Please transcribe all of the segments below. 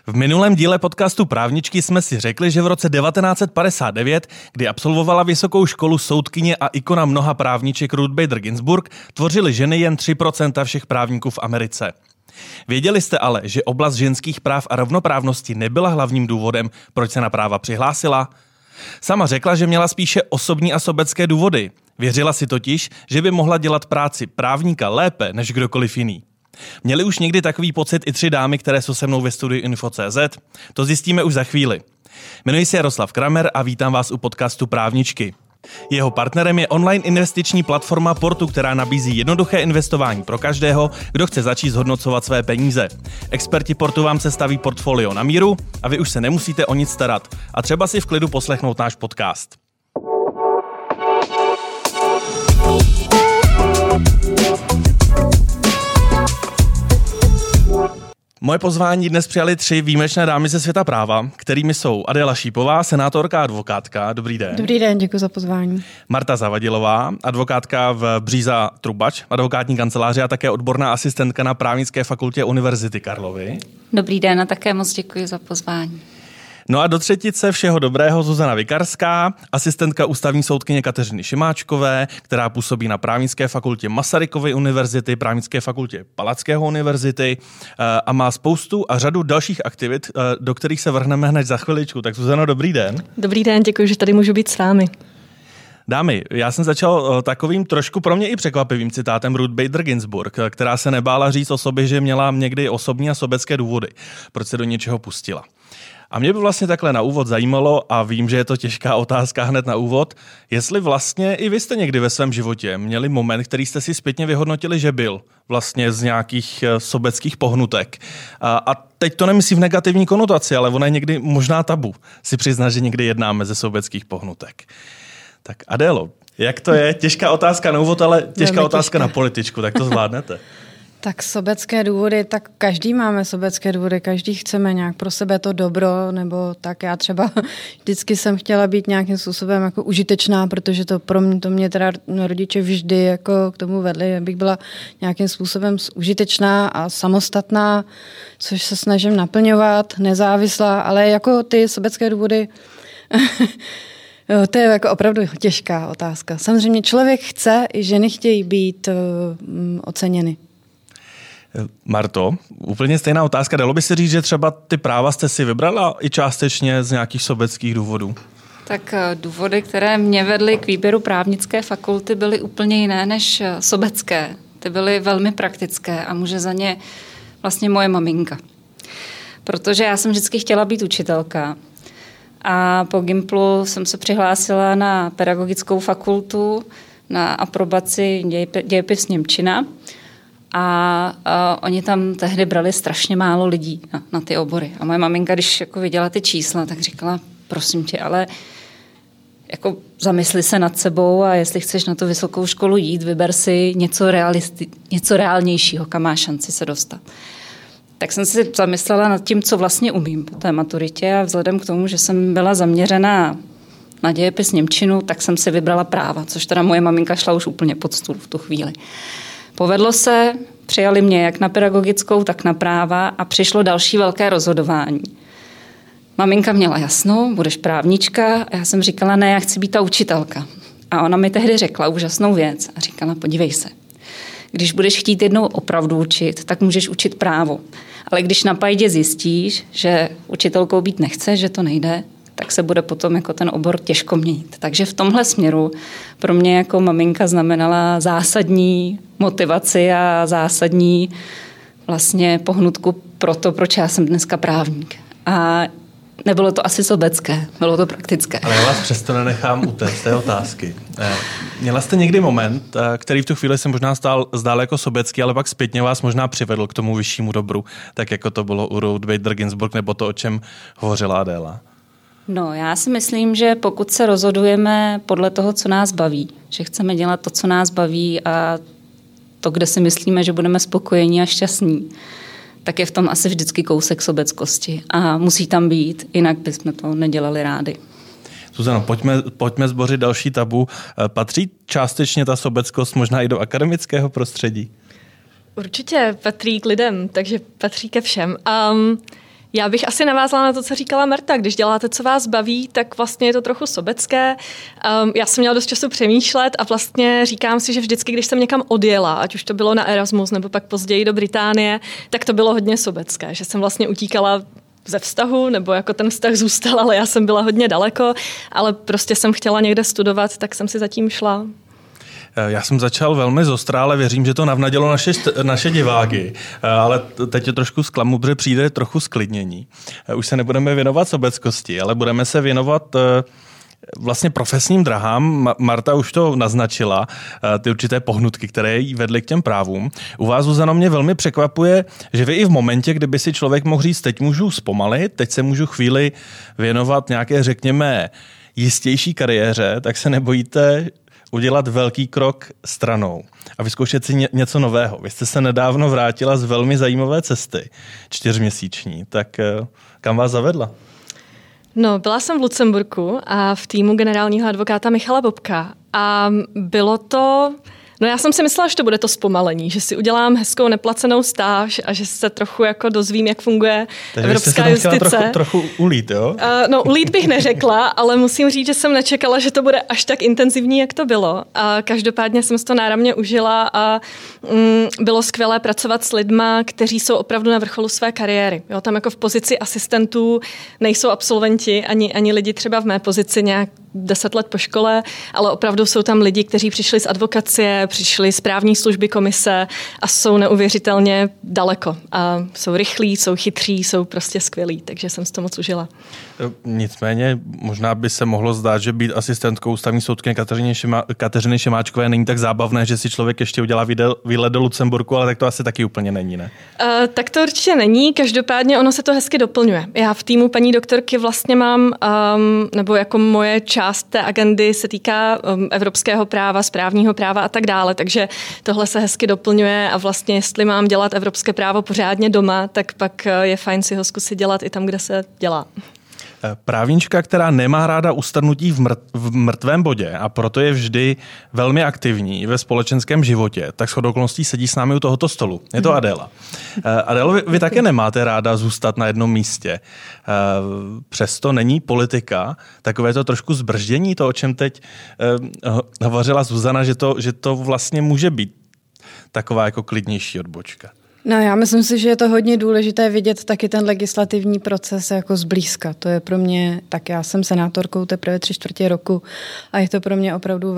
V minulém díle podcastu Právničky jsme si řekli, že v roce 1959, kdy absolvovala vysokou školu soudkyně a ikona mnoha právniček Ruth Bader Ginsburg, tvořily ženy jen 3% všech právníků v Americe. Věděli jste ale, že oblast ženských práv a rovnoprávnosti nebyla hlavním důvodem, proč se na práva přihlásila? Sama řekla, že měla spíše osobní a sobecké důvody. Věřila si totiž, že by mohla dělat práci právníka lépe než kdokoliv jiný. Měli už někdy takový pocit i 3 dámy, které jsou se mnou ve studiu Info.cz? To zjistíme už za chvíli. Jmenuji se Jaroslav Kramer a vítám vás u podcastu Právničky. Jeho partnerem je online investiční platforma Portu, která nabízí jednoduché investování pro každého, kdo chce začít zhodnocovat své peníze. Experti Portu vám sestaví portfolio na míru a vy už se nemusíte o nic starat a třeba si v klidu poslechnout náš podcast. Moje pozvání dnes přijali 3 výjimečné dámy ze světa práva, kterými jsou Adéla Šípová, senátorka a advokátka. Dobrý den. Dobrý den, děkuji za pozvání. Marta Zavadilová, advokátka v Bříza Trubač, advokátní kanceláře a také odborná asistentka na Právnické fakultě Univerzity Karlovy. Dobrý den a také moc děkuji za pozvání. No a do třetice všeho dobrého Zuzana Vikarská, asistentka ústavní soudkyně Kateřiny Šimáčkové, která působí na Právnické fakultě Masarykovy univerzity, Právnické fakultě Palackého univerzity a má spoustu a řadu dalších aktivit, do kterých se vrhneme hned za chviličku. Tak Zuzano, dobrý den. Dobrý den, děkuji, že tady můžu být s vámi. Dámy, já jsem začal takovým trošku pro mě i překvapivým citátem Ruth Bader Ginsburg, která se nebála říct o sobě, že měla někdy osobní a sobecké důvody, proč se do něčeho pustila. A mě by vlastně takhle na úvod zajímalo, a vím, že je to těžká otázka hned na úvod, jestli vlastně i vy jste někdy ve svém životě měli moment, který jste si zpětně vyhodnotili, že byl vlastně z nějakých sobeckých pohnutek. A teď to nemyslím v negativní konotaci, ale ono je někdy možná tabu si přiznat, že někdy jednáme ze sobeckých pohnutek. Tak Adélo, jak to je? Těžká otázka na úvod, ale těžká otázka na političku, tak to zvládnete. Tak sobecké důvody, tak každý máme sobecké důvody, každý chceme nějak pro sebe to dobro, nebo tak já třeba vždycky jsem chtěla být nějakým způsobem jako užitečná, protože to mě teda rodiče vždy jako k tomu vedli, abych byla nějakým způsobem užitečná a samostatná, což se snažím naplňovat, nezávislá, ale jako ty sobecké důvody to je jako opravdu těžká otázka. Samozřejmě člověk chce, i ženy chtějí být oceněny. Marto, úplně stejná otázka. Dalo by se říct, že třeba ty práva jste si vybrala i částečně z nějakých sobeckých důvodů? Tak důvody, které mě vedly k výběru právnické fakulty, byly úplně jiné než sobecké. Ty byly velmi praktické a může za ně vlastně moje maminka. Protože já jsem vždycky chtěla být učitelka. A po Gimplu jsem se přihlásila na pedagogickou fakultu, na aprobaci dějepis němčina. A oni tam tehdy brali strašně málo lidí na ty obory. A moje maminka, když jako viděla ty čísla, tak říkala, prosím tě, ale jako zamysli se nad sebou a jestli chceš na tu vysokou školu jít, vyber si něco reálnějšího, kam má šanci se dostat. Tak jsem si zamyslela nad tím, co vlastně umím po té maturitě a vzhledem k tomu, že jsem byla zaměřená na dějepis němčinu, tak jsem si vybrala práva, což teda moje maminka šla už úplně pod stůl v tu chvíli. Povedlo se, přijali mě jak na pedagogickou, tak na práva a přišlo další velké rozhodování. Maminka měla jasno, budeš právnička a já jsem říkala, ne, já chci být ta učitelka. A ona mi tehdy řekla úžasnou věc a říkala, podívej se, když budeš chtít jednou opravdu učit, tak můžeš učit právo. Ale když na pajdě zjistíš, že učitelkou být nechceš, že to nejde, tak se bude potom jako ten obor těžko měnit. Takže v tomhle směru pro mě jako maminka znamenala zásadní motivaci a zásadní vlastně pohnutku pro to, proč já jsem dneska právník. A nebylo to asi sobecké, bylo to praktické. Ale já vás přesto nenechám utéct té otázky. Měla jste někdy moment, který v tu chvíli se možná zdál jako sobecký, ale pak zpětně vás možná přivedl k tomu vyššímu dobru, tak jako to bylo u Ruth Bader Ginsburg, nebo to, o čem hovořila Adéla? No, já si myslím, že pokud se rozhodujeme podle toho, co nás baví, že chceme dělat to, co nás baví a to, kde si myslíme, že budeme spokojení a šťastní, tak je v tom asi vždycky kousek sobeckosti a musí tam být, jinak bychom to nedělali rádi. Zuzano, pojďme zbořit další tabu. Patří částečně ta sobeckost možná i do akademického prostředí? Určitě patří k lidem, takže patří ke všem. Já bych asi navázala na to, co říkala Marta. Když děláte, co vás baví, tak vlastně je to trochu sobecké. Já jsem měla dost času přemýšlet a vlastně říkám si, že vždycky, když jsem někam odjela, ať už to bylo na Erasmus nebo pak později do Británie, tak to bylo hodně sobecké, že jsem vlastně utíkala ze vztahu, nebo jako ten vztah zůstal, ale já jsem byla hodně daleko, ale prostě jsem chtěla někde studovat, tak jsem si zatím šla. Já jsem začal velmi zostra, ale věřím, že to navnadilo naše diváky. Ale teď je trošku zklamu, protože přijde trochu sklidnění. Už se nebudeme věnovat sobeckosti, ale budeme se věnovat vlastně profesním drahám. Marta už to naznačila, ty určité pohnutky, které jí vedly k těm právům. U vás, Zuzano, mě velmi překvapuje, že vy i v momentě, kdyby si člověk mohl říct, teď můžu zpomalit, teď se můžu chvíli věnovat nějaké, řekněme, jistější kariéře, tak se nebojíte udělat velký krok stranou a vyzkoušet si něco nového. Vy jste se nedávno vrátila z velmi zajímavé cesty, 4měsíční, tak kam vás zavedla? No, byla jsem v Lucemburku a v týmu generálního advokáta Michala Bobka a bylo to... No já jsem si myslela, že to bude to zpomalení, že si udělám hezkou neplacenou stáž a že se trochu jako dozvím, jak funguje evropská justice. Takže trochu ulít, jo? No ulít bych neřekla, ale musím říct, že jsem nečekala, že to bude až tak intenzivní, jak to bylo. A každopádně jsem si to náramně užila a bylo skvělé pracovat s lidma, kteří jsou opravdu na vrcholu své kariéry. Jo, tam jako v pozici asistentů nejsou absolventi, ani lidi třeba v mé pozici nějak 10 let po škole, ale opravdu jsou tam lidi, kteří přišli z advokacie, přišli z právní služby komise a jsou neuvěřitelně daleko. A jsou rychlí, jsou chytří, jsou prostě skvělí, takže jsem si to moc užila. Nicméně možná by se mohlo zdát, že být asistentkou ústavní soudkyně Kateřiny Šimáčkové není tak zábavné, že si člověk ještě udělá výlet do Lucemburku, ale tak to asi taky úplně není, ne? Tak to určitě není, každopádně ono se to hezky doplňuje. Já v týmu paní doktorky vlastně mám, nebo jako moje část té agendy se týká evropského práva, správního práva a tak dále, takže tohle se hezky doplňuje a vlastně jestli mám dělat evropské právo pořádně doma, tak pak je fajn si ho zkusit dělat i tam, kde se dělá. Právnička, která nemá ráda ustrnutí v mrtvém bodě a proto je vždy velmi aktivní ve společenském životě, tak shodou okolností sedí s námi u tohoto stolu. Je to Adéla. Adélo, vy také nemáte ráda zůstat na jednom místě. Přesto není politika takové to trošku zbrždění, to, o čem teď hovořila Zuzana, že to vlastně může být taková jako klidnější odbočka. No, já myslím si, že je to hodně důležité vidět taky ten legislativní proces jako zblízka. To je pro mě, tak já jsem senátorkou teprve 3/4 roku a je to pro mě opravdu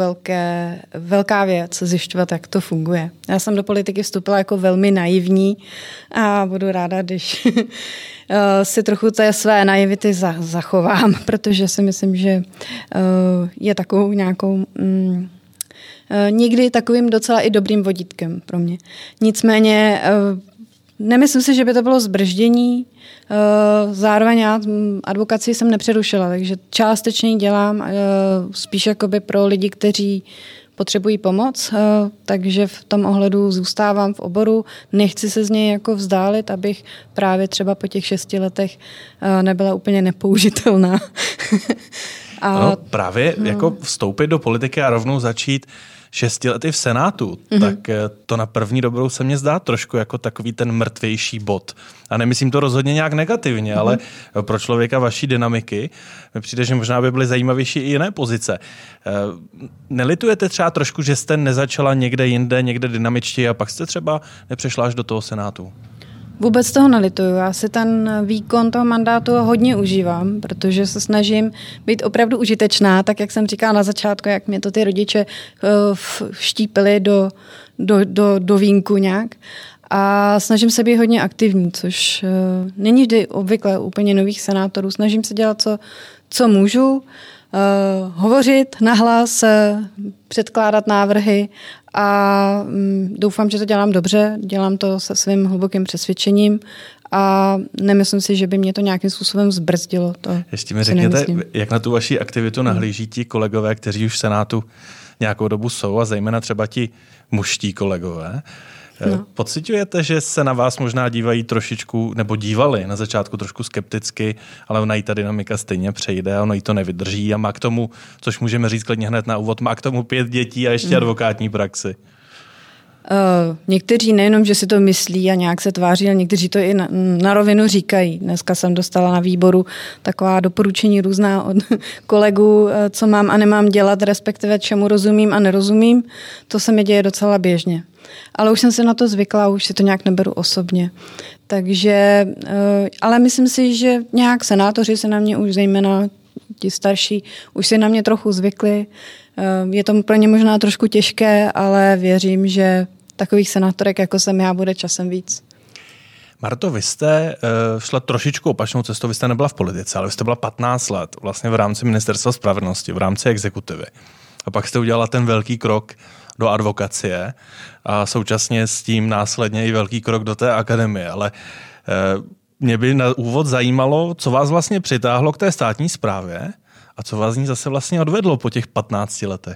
velká věc zjišťovat, jak to funguje. Já jsem do politiky vstoupila jako velmi naivní a budu ráda, když si trochu té své naivity zachovám, protože si myslím, že je takovou nějakou... někdy takovým docela i dobrým vodítkem pro mě. Nicméně nemyslím si, že by to bylo zbrždění. Zároveň já advokaci jsem nepřerušila, takže částečně dělám spíš jakoby pro lidi, kteří potřebují pomoc, takže v tom ohledu zůstávám v oboru. Nechci se z něj jako vzdálit, abych právě třeba po těch 6 letech nebyla úplně nepoužitelná. No, právě jako vstoupit do politiky a rovnou začít 6 lety v Senátu, tak to na první dobrou se mně zdá trošku jako takový ten mrtvější bod. A nemyslím to rozhodně nějak negativně, ale pro člověka vaší dynamiky mi přijde, že možná by byly zajímavější i jiné pozice. Nelitujete třeba trošku, že jste nezačala někde jinde, někde dynamičtěji a pak jste třeba nepřešla až do toho Senátu? Vůbec toho nelituju. Já si ten výkon toho mandátu hodně užívám, protože se snažím být opravdu užitečná, tak jak jsem říkala na začátku, jak mě to ty rodiče vštípili do vínku nějak. A snažím se být hodně aktivní, což není vždy obvykle úplně nových senátorů. Snažím se dělat, co můžu, hovořit nahlas, předkládat návrhy a doufám, že to dělám dobře, dělám to se svým hlubokým přesvědčením a nemyslím si, že by mě to nějakým způsobem zbrzdilo. Ještě mi řekněte, jak na tu vaši aktivitu nahlíží ti kolegové, kteří už v Senátu nějakou dobu jsou a zejména třeba ti mužští kolegové. No. Pociťujete, že se na vás možná dívají trošičku, nebo dívali na začátku trošku skepticky, ale ona jí ta dynamika stejně přejde a ono jí to nevydrží a má k tomu, což můžeme říct klidně hned na úvod, má k tomu 5 dětí a ještě advokátní praxi. Někteří nejenom, že si to myslí a nějak se tváří, ale někteří to i na rovinu říkají. Dneska jsem dostala na výboru taková doporučení různá od kolegů, co mám a nemám dělat, respektive čemu rozumím a nerozumím. To se mi děje docela běžně. Ale už jsem si na to zvykla, už si to nějak neberu osobně. Takže, ale myslím si, že nějak senátoři se na mě už zejména ti starší, už si na mě trochu zvykli. Je to pro ně možná trošku těžké, ale věřím, že takových senátorek, jako jsem já, bude časem víc. Marto, vy jste šla trošičku opačnou cestou, vy jste nebyla v politice, ale vy jste byla 15 let vlastně v rámci Ministerstva spravedlnosti, v rámci exekutivy. A pak jste udělala ten velký krok do advokacie a současně s tím následně i velký krok do té akademie. Ale mě by na úvod zajímalo, co vás vlastně přitáhlo k té státní správě a co vás z ní zase vlastně odvedlo po těch 15 letech.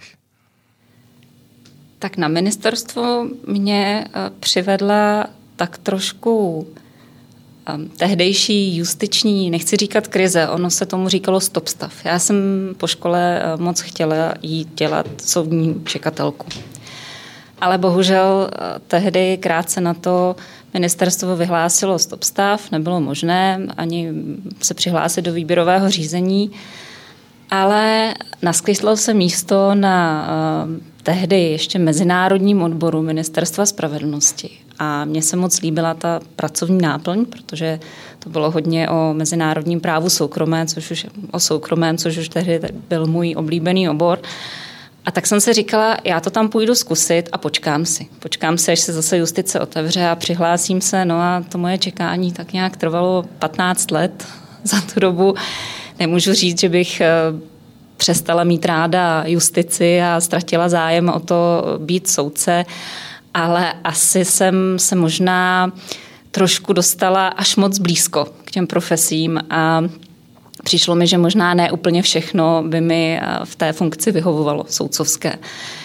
Tak na ministerstvo mě přivedla tak trošku tehdejší justiční, nechci říkat krize, ono se tomu říkalo stop stav. Já jsem po škole moc chtěla jít dělat soudní čekatelku. Ale bohužel tehdy krátce na to ministerstvo vyhlásilo stop stav, nebylo možné ani se přihlásit do výběrového řízení, ale naskytlo se místo na tehdy ještě mezinárodním odboru Ministerstva spravedlnosti. A mně se moc líbila ta pracovní náplň, protože to bylo hodně o mezinárodním právu soukromém, což už tehdy byl můj oblíbený obor. A tak jsem si říkala, já to tam půjdu zkusit a počkám si. Počkám si, až se zase justice otevře a přihlásím se. No a to moje čekání tak nějak trvalo 15 let za tu dobu. Nemůžu říct, že bych přestala mít ráda justici a ztratila zájem o to být soudce, ale asi jsem se možná trošku dostala až moc blízko k těm profesím a přišlo mi, že možná ne úplně všechno by mi v té funkci vyhovovalo soudcovské.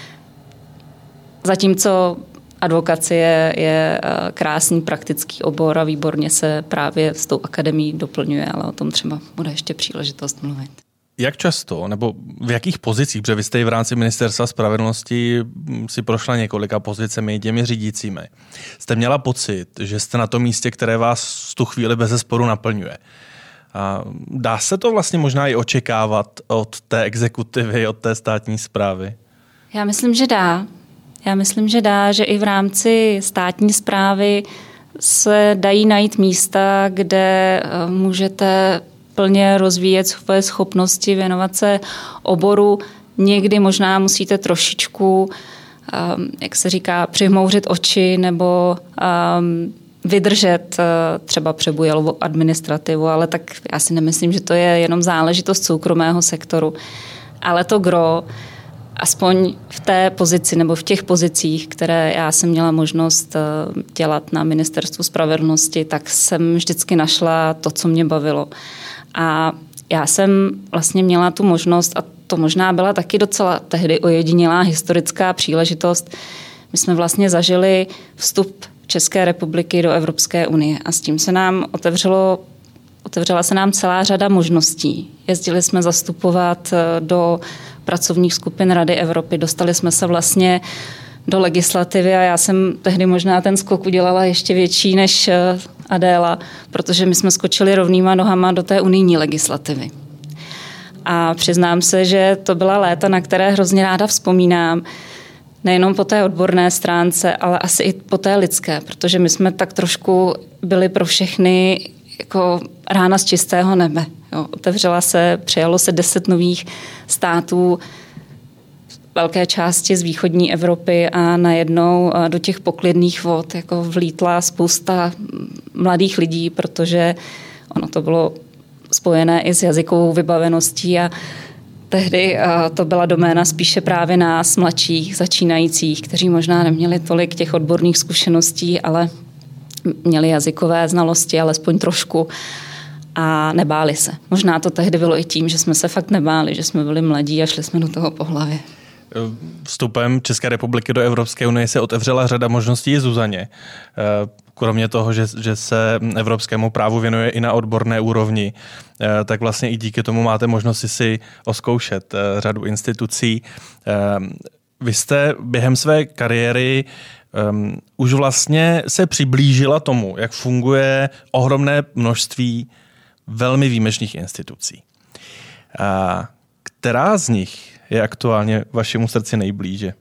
Zatímco advokacie je krásný praktický obor a výborně se právě s tou akademií doplňuje, ale o tom třeba bude ještě příležitost mluvit. Jak často, nebo v jakých pozicích, protože vy jste i v rámci Ministerstva spravedlnosti si prošla několika pozicemi, těmi řídícími, jste měla pocit, že jste na tom místě, které vás v tu chvíli bezesporu naplňuje? A dá se to vlastně možná i očekávat od té exekutivy, od té státní správy? Já myslím, že dá. Že i v rámci státní správy se dají najít místa, kde můžete plně rozvíjet své schopnosti, věnovat se oboru. Někdy možná musíte trošičku, jak se říká, přihmouřit oči nebo vydržet třeba přebujelou administrativu, ale tak já si nemyslím, že to je jenom záležitost soukromého sektoru. Ale to gro, aspoň v té pozici nebo v těch pozicích, které já jsem měla možnost dělat na Ministerstvu spravedlnosti, tak jsem vždycky našla to, co mě bavilo. A já jsem vlastně měla tu možnost, a to možná byla taky docela tehdy ojedinělá historická příležitost. My jsme vlastně zažili vstup České republiky do Evropské unie a s tím se nám otevřela se nám celá řada možností. Jezdili jsme zastupovat do pracovních skupin Rady Evropy, dostali jsme se vlastně do legislativy a já jsem tehdy možná ten skok udělala ještě větší než Adéla, protože my jsme skočili rovnýma nohama do té unijní legislativy. A přiznám se, že to byla léta, na které hrozně ráda vzpomínám, nejenom po té odborné stránce, ale asi i po té lidské, protože my jsme tak trošku byli pro všechny jako rána z čistého nebe. Jo, přijalo se 10 nových států, velké části z východní Evropy a najednou do těch poklidných vod jako vlítla spousta mladých lidí, protože ono to bylo spojené i s jazykovou vybaveností a tehdy to byla doména spíše právě nás, mladších, začínajících, kteří možná neměli tolik těch odborných zkušeností, ale měli jazykové znalosti, alespoň trošku a nebáli se. Možná to tehdy bylo i tím, že jsme se fakt nebáli, že jsme byli mladí a šli jsme do toho po hlavě. Vstupem České republiky do Evropské unie se otevřela řada možností i Zuzaně. Kromě toho, že se evropskému právu věnuje i na odborné úrovni, tak vlastně i díky tomu máte možnost si oskoušet řadu institucí. Vy jste během své kariéry už vlastně se přiblížila tomu, jak funguje ohromné množství velmi výjimečných institucí. Která z nich je aktuálně vašemu srdci nejblíže?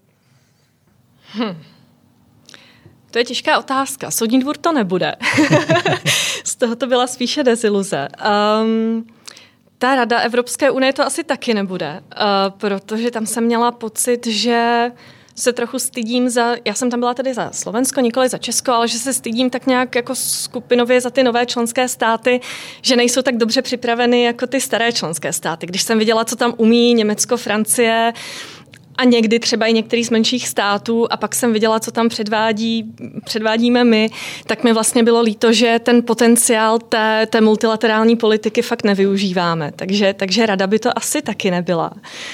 To je těžká otázka. Soudní dvůr to nebude. Z toho to byla spíše deziluze. Ta Rada Evropské unie to asi taky nebude, protože tam jsem měla pocit, že se trochu stydím já jsem tam byla tedy za Slovensko, nikoli za Česko, ale že se stydím tak nějak jako skupinově za ty nové členské státy, že nejsou tak dobře připraveny jako ty staré členské státy. Když jsem viděla, co tam umí Německo, Francie a někdy třeba i některý z menších států a pak jsem viděla, co tam předvádíme my, tak mi vlastně bylo líto, že ten potenciál té multilaterální politiky fakt nevyužíváme. Takže Rada by to asi taky nebyla.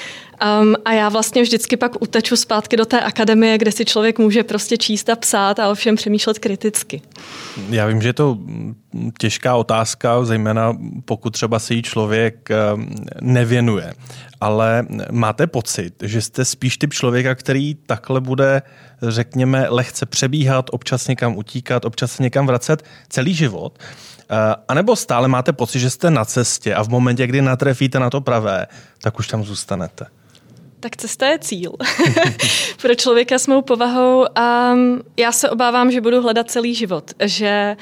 A já vlastně vždycky pak uteču zpátky do té akademie, kde si člověk může prostě číst a psát a o všem přemýšlet kriticky. Já vím, že je to těžká otázka, zejména pokud třeba se jí člověk nevěnuje. Ale máte pocit, že jste spíš typ člověka, který takhle bude, řekněme, lehce přebíhat, občas někam utíkat, občas se někam vracet celý život? A nebo stále máte pocit, že jste na cestě a v momentě, kdy natrefíte na to pravé, tak už tam zůstanete? Tak cesta je cíl. Pro člověka s mou povahou. Já se obávám, že budu hledat celý život. Že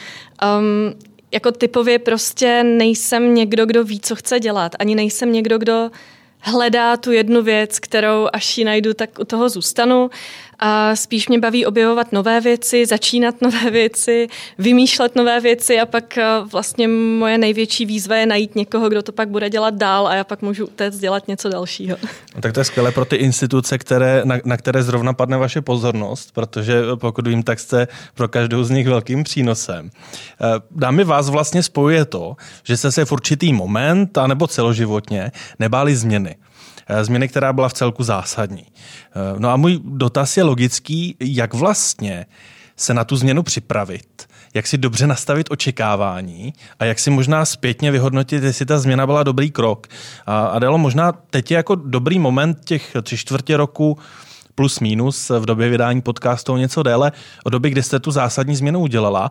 jako typově prostě nejsem někdo, kdo ví, co chce dělat. Ani nejsem někdo, kdo hledá tu jednu věc, kterou až ji najdu, tak u toho zůstanu. A spíš mě baví objevovat nové věci, začínat nové věci, vymýšlet nové věci a pak vlastně moje největší výzva je najít někoho, kdo to pak bude dělat dál a já pak můžu utéct dělat něco dalšího. No, tak to je skvělé pro ty instituce, na které zrovna padne vaše pozornost, protože pokud vím, tak jste pro každou z nich velkým přínosem. Dámy, vás vlastně spojuje to, že jste se v určitý moment, anebo celoživotně, nebáli změny. Změny, která byla v celku zásadní. No a můj dotaz je logický, jak vlastně se na tu změnu připravit, jak si dobře nastavit očekávání a jak si možná zpětně vyhodnotit, jestli ta změna byla dobrý krok. A Adélo, možná teď je jako dobrý moment těch 3/4 roku plus minus v době vydání podcastu něco déle, od doby, kdy jste tu zásadní změnu udělala.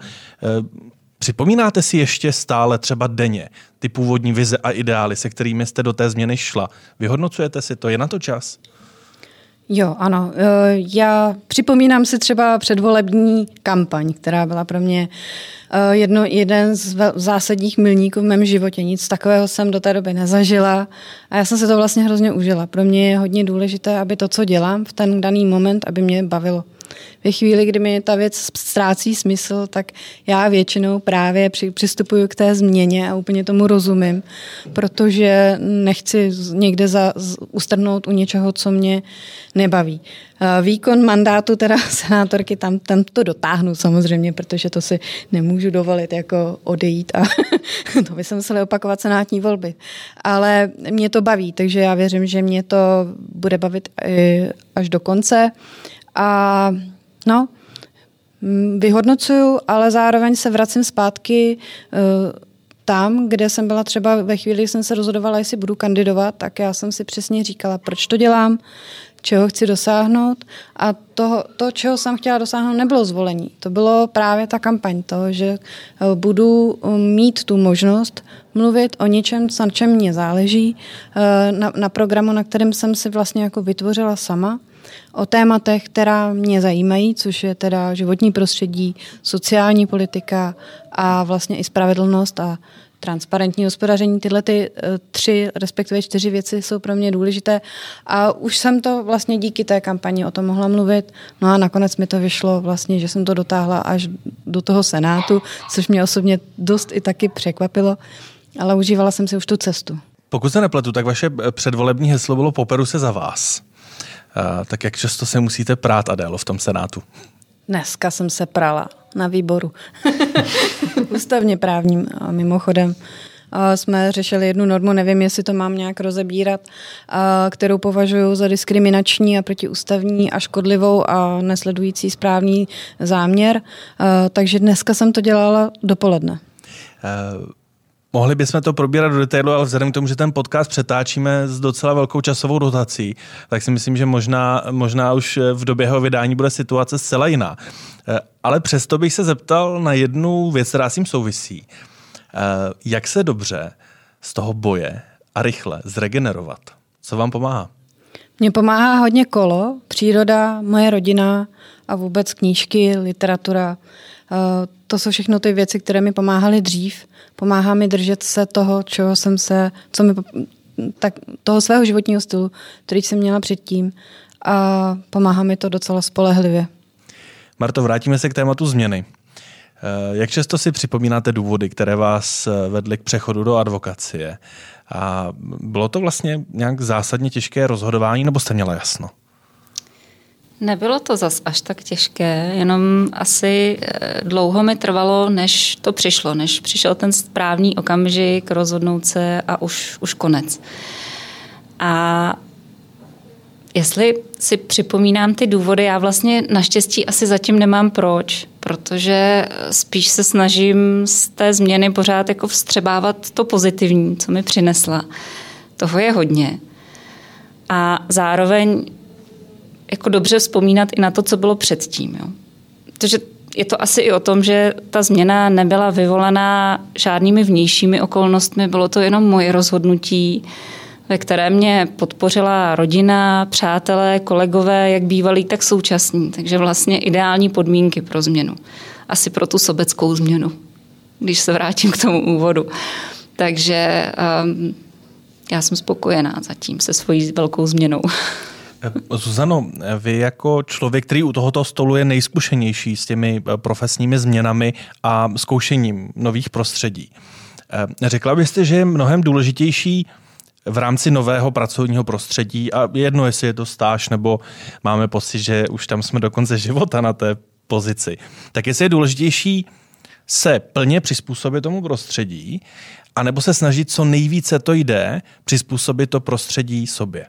Připomínáte si ještě stále třeba denně ty původní vize a ideály, se kterými jste do té změny šla? Vyhodnocujete si to? Je na to čas? Jo, ano. Já připomínám si třeba předvolební kampaň, která byla pro mě jeden z zásadních milníků v mém životě. Nic takového jsem do té doby nezažila a já jsem se to vlastně hrozně užila. Pro mě je hodně důležité, aby to, co dělám v ten daný moment, aby mě bavilo. Ve chvíli, kdy mi ta věc ztrácí smysl, tak já většinou právě přistupuju k té změně a úplně tomu rozumím, protože nechci někde ustrnout u něčeho, co mě nebaví. Výkon mandátu teda senátorky, tam to dotáhnu samozřejmě, protože to si nemůžu dovolit jako odejít a to by se museli opakovat senátní volby. Ale mě to baví, takže já věřím, že mě to bude bavit až do konce. A vyhodnocuju, ale zároveň se vracím zpátky tam, kde jsem byla třeba ve chvíli, kdy jsem se rozhodovala, jestli budu kandidovat, tak já jsem si přesně říkala, proč to dělám, čeho chci dosáhnout a to, čeho jsem chtěla dosáhnout, nebylo zvolení. To bylo právě ta kampaň toho, že budu mít tu možnost mluvit o něčem, na čem mě záleží, na programu, na kterém jsem si vlastně jako vytvořila sama, o tématech, která mě zajímají, což je teda životní prostředí, sociální politika a vlastně i spravedlnost a transparentní hospodaření. Tyhle ty 3, respektive 4 věci jsou pro mě důležité a už jsem to vlastně díky té kampani o tom mohla mluvit. No a nakonec mi to vyšlo vlastně, že jsem to dotáhla až do toho Senátu, což mě osobně dost i taky překvapilo, ale užívala jsem si už tu cestu. Pokud se nepletu, tak vaše předvolební heslo bylo Poperu se za vás. Tak jak často se musíte prát, Adélo, v tom Senátu? Dneska jsem se prala na výboru. Ústavně právním mimochodem. Jsme řešili jednu normu, nevím, jestli to mám nějak rozebírat, kterou považuji za diskriminační a protiústavní a škodlivou a nesledující správný záměr. Takže dneska jsem to dělala dopoledne. Mohli bychom to probírat do detailu, ale vzhledem k tomu, že ten podcast přetáčíme s docela velkou časovou dotací, tak si myslím, že možná už v době jeho vydání bude situace zcela jiná. Ale přesto bych se zeptal na jednu věc, která s tím souvisí. Jak se dobře z toho boje a rychle zregenerovat? Co vám pomáhá? Mně pomáhá hodně kolo, příroda, moje rodina a vůbec knížky, literatura. To jsou všechno ty věci, které mi pomáhaly dřív. Pomáhá mi držet se toho, toho svého životního stylu, který jsem měla předtím, a pomáhá mi to docela spolehlivě. Marto, vrátíme se k tématu změny. Jak často si připomínáte důvody, které vás vedly k přechodu do advokacie? A bylo to vlastně nějak zásadně těžké rozhodování, nebo jste měla jasno? Nebylo to zas až tak těžké, jenom asi dlouho mi trvalo, než to přišlo, než přišel ten správný okamžik rozhodnout se a už konec. A jestli si připomínám ty důvody, já vlastně naštěstí asi zatím nemám proč, protože spíš se snažím z té změny pořád jako vstřebávat to pozitivní, co mi přinesla. Toho je hodně. A zároveň jako dobře vzpomínat i na to, co bylo předtím. Jo. Protože je to asi i o tom, že ta změna nebyla vyvolaná žádnými vnějšími okolnostmi, bylo to jenom moje rozhodnutí, ve které mě podpořila rodina, přátelé, kolegové, jak bývalí, tak současní. Takže vlastně ideální podmínky pro změnu. Asi pro tu sobeckou změnu, když se vrátím k tomu úvodu. Takže já jsem spokojená zatím se svojí velkou změnou. Zuzano, vy jako člověk, který u tohoto stolu je nejzkušenější s těmi profesními změnami a zkoušením nových prostředí, řekla byste, že je mnohem důležitější v rámci nového pracovního prostředí, a jedno, jestli je to stáž, nebo máme pocit, že už tam jsme do konce života na té pozici, tak jestli je důležitější se plně přizpůsobit tomu prostředí, anebo se snažit co nejvíce to jde přizpůsobit to prostředí sobě?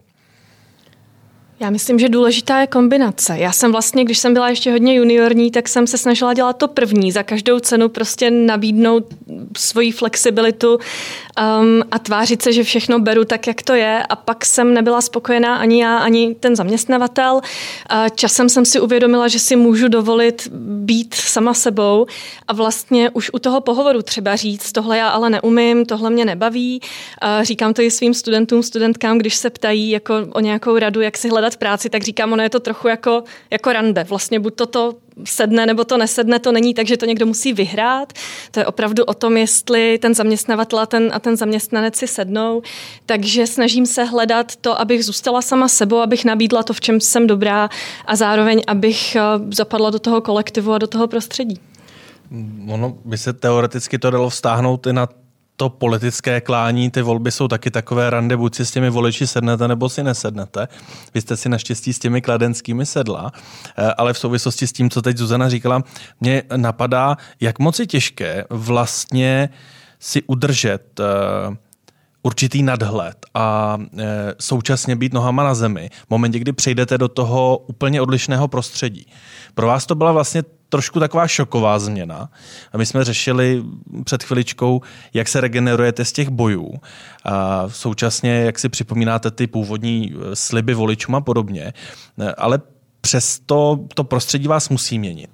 Já myslím, že důležitá je kombinace. Já jsem vlastně, když jsem byla ještě hodně juniorní, tak jsem se snažila dělat to první, za každou cenu prostě nabídnout svoji flexibilitu a tvářit se, že všechno beru tak, jak to je, a pak jsem nebyla spokojená ani já, ani ten zaměstnavatel. Časem jsem si uvědomila, že si můžu dovolit být sama sebou a vlastně už u toho pohovoru třeba říct, tohle já ale neumím, tohle mě nebaví. Říkám to i svým studentům, studentkám, když se ptají jako o nějakou radu, jak si hledat práci, tak říkám, ono je to trochu jako rande. Vlastně buď to sedne, nebo to nesedne, to není tak, že to někdo musí vyhrát. To je opravdu o tom, jestli ten zaměstnavatel a ten zaměstnanec si sednou. Takže snažím se hledat to, abych zůstala sama sebou, abych nabídla to, v čem jsem dobrá, a zároveň, abych zapadla do toho kolektivu a do toho prostředí. Ono by se teoreticky to dalo vztáhnout i na to politické klání. Ty volby jsou taky takové rande, buď si s těmi voliči sednete, nebo si nesednete. Vy jste si naštěstí s těmi kladenskými sedla, ale v souvislosti s tím, co teď Zuzana říkala, mě napadá, jak moc je těžké vlastně si udržet určitý nadhled a současně být nohama na zemi v momentě, kdy přejdete do toho úplně odlišného prostředí. Pro vás to byla vlastně trošku taková šoková změna. A my jsme řešili před chviličkou, jak se regenerujete z těch bojů. A současně, jak si připomínáte ty původní sliby voličům a podobně. Ale přesto to prostředí vás musí měnit.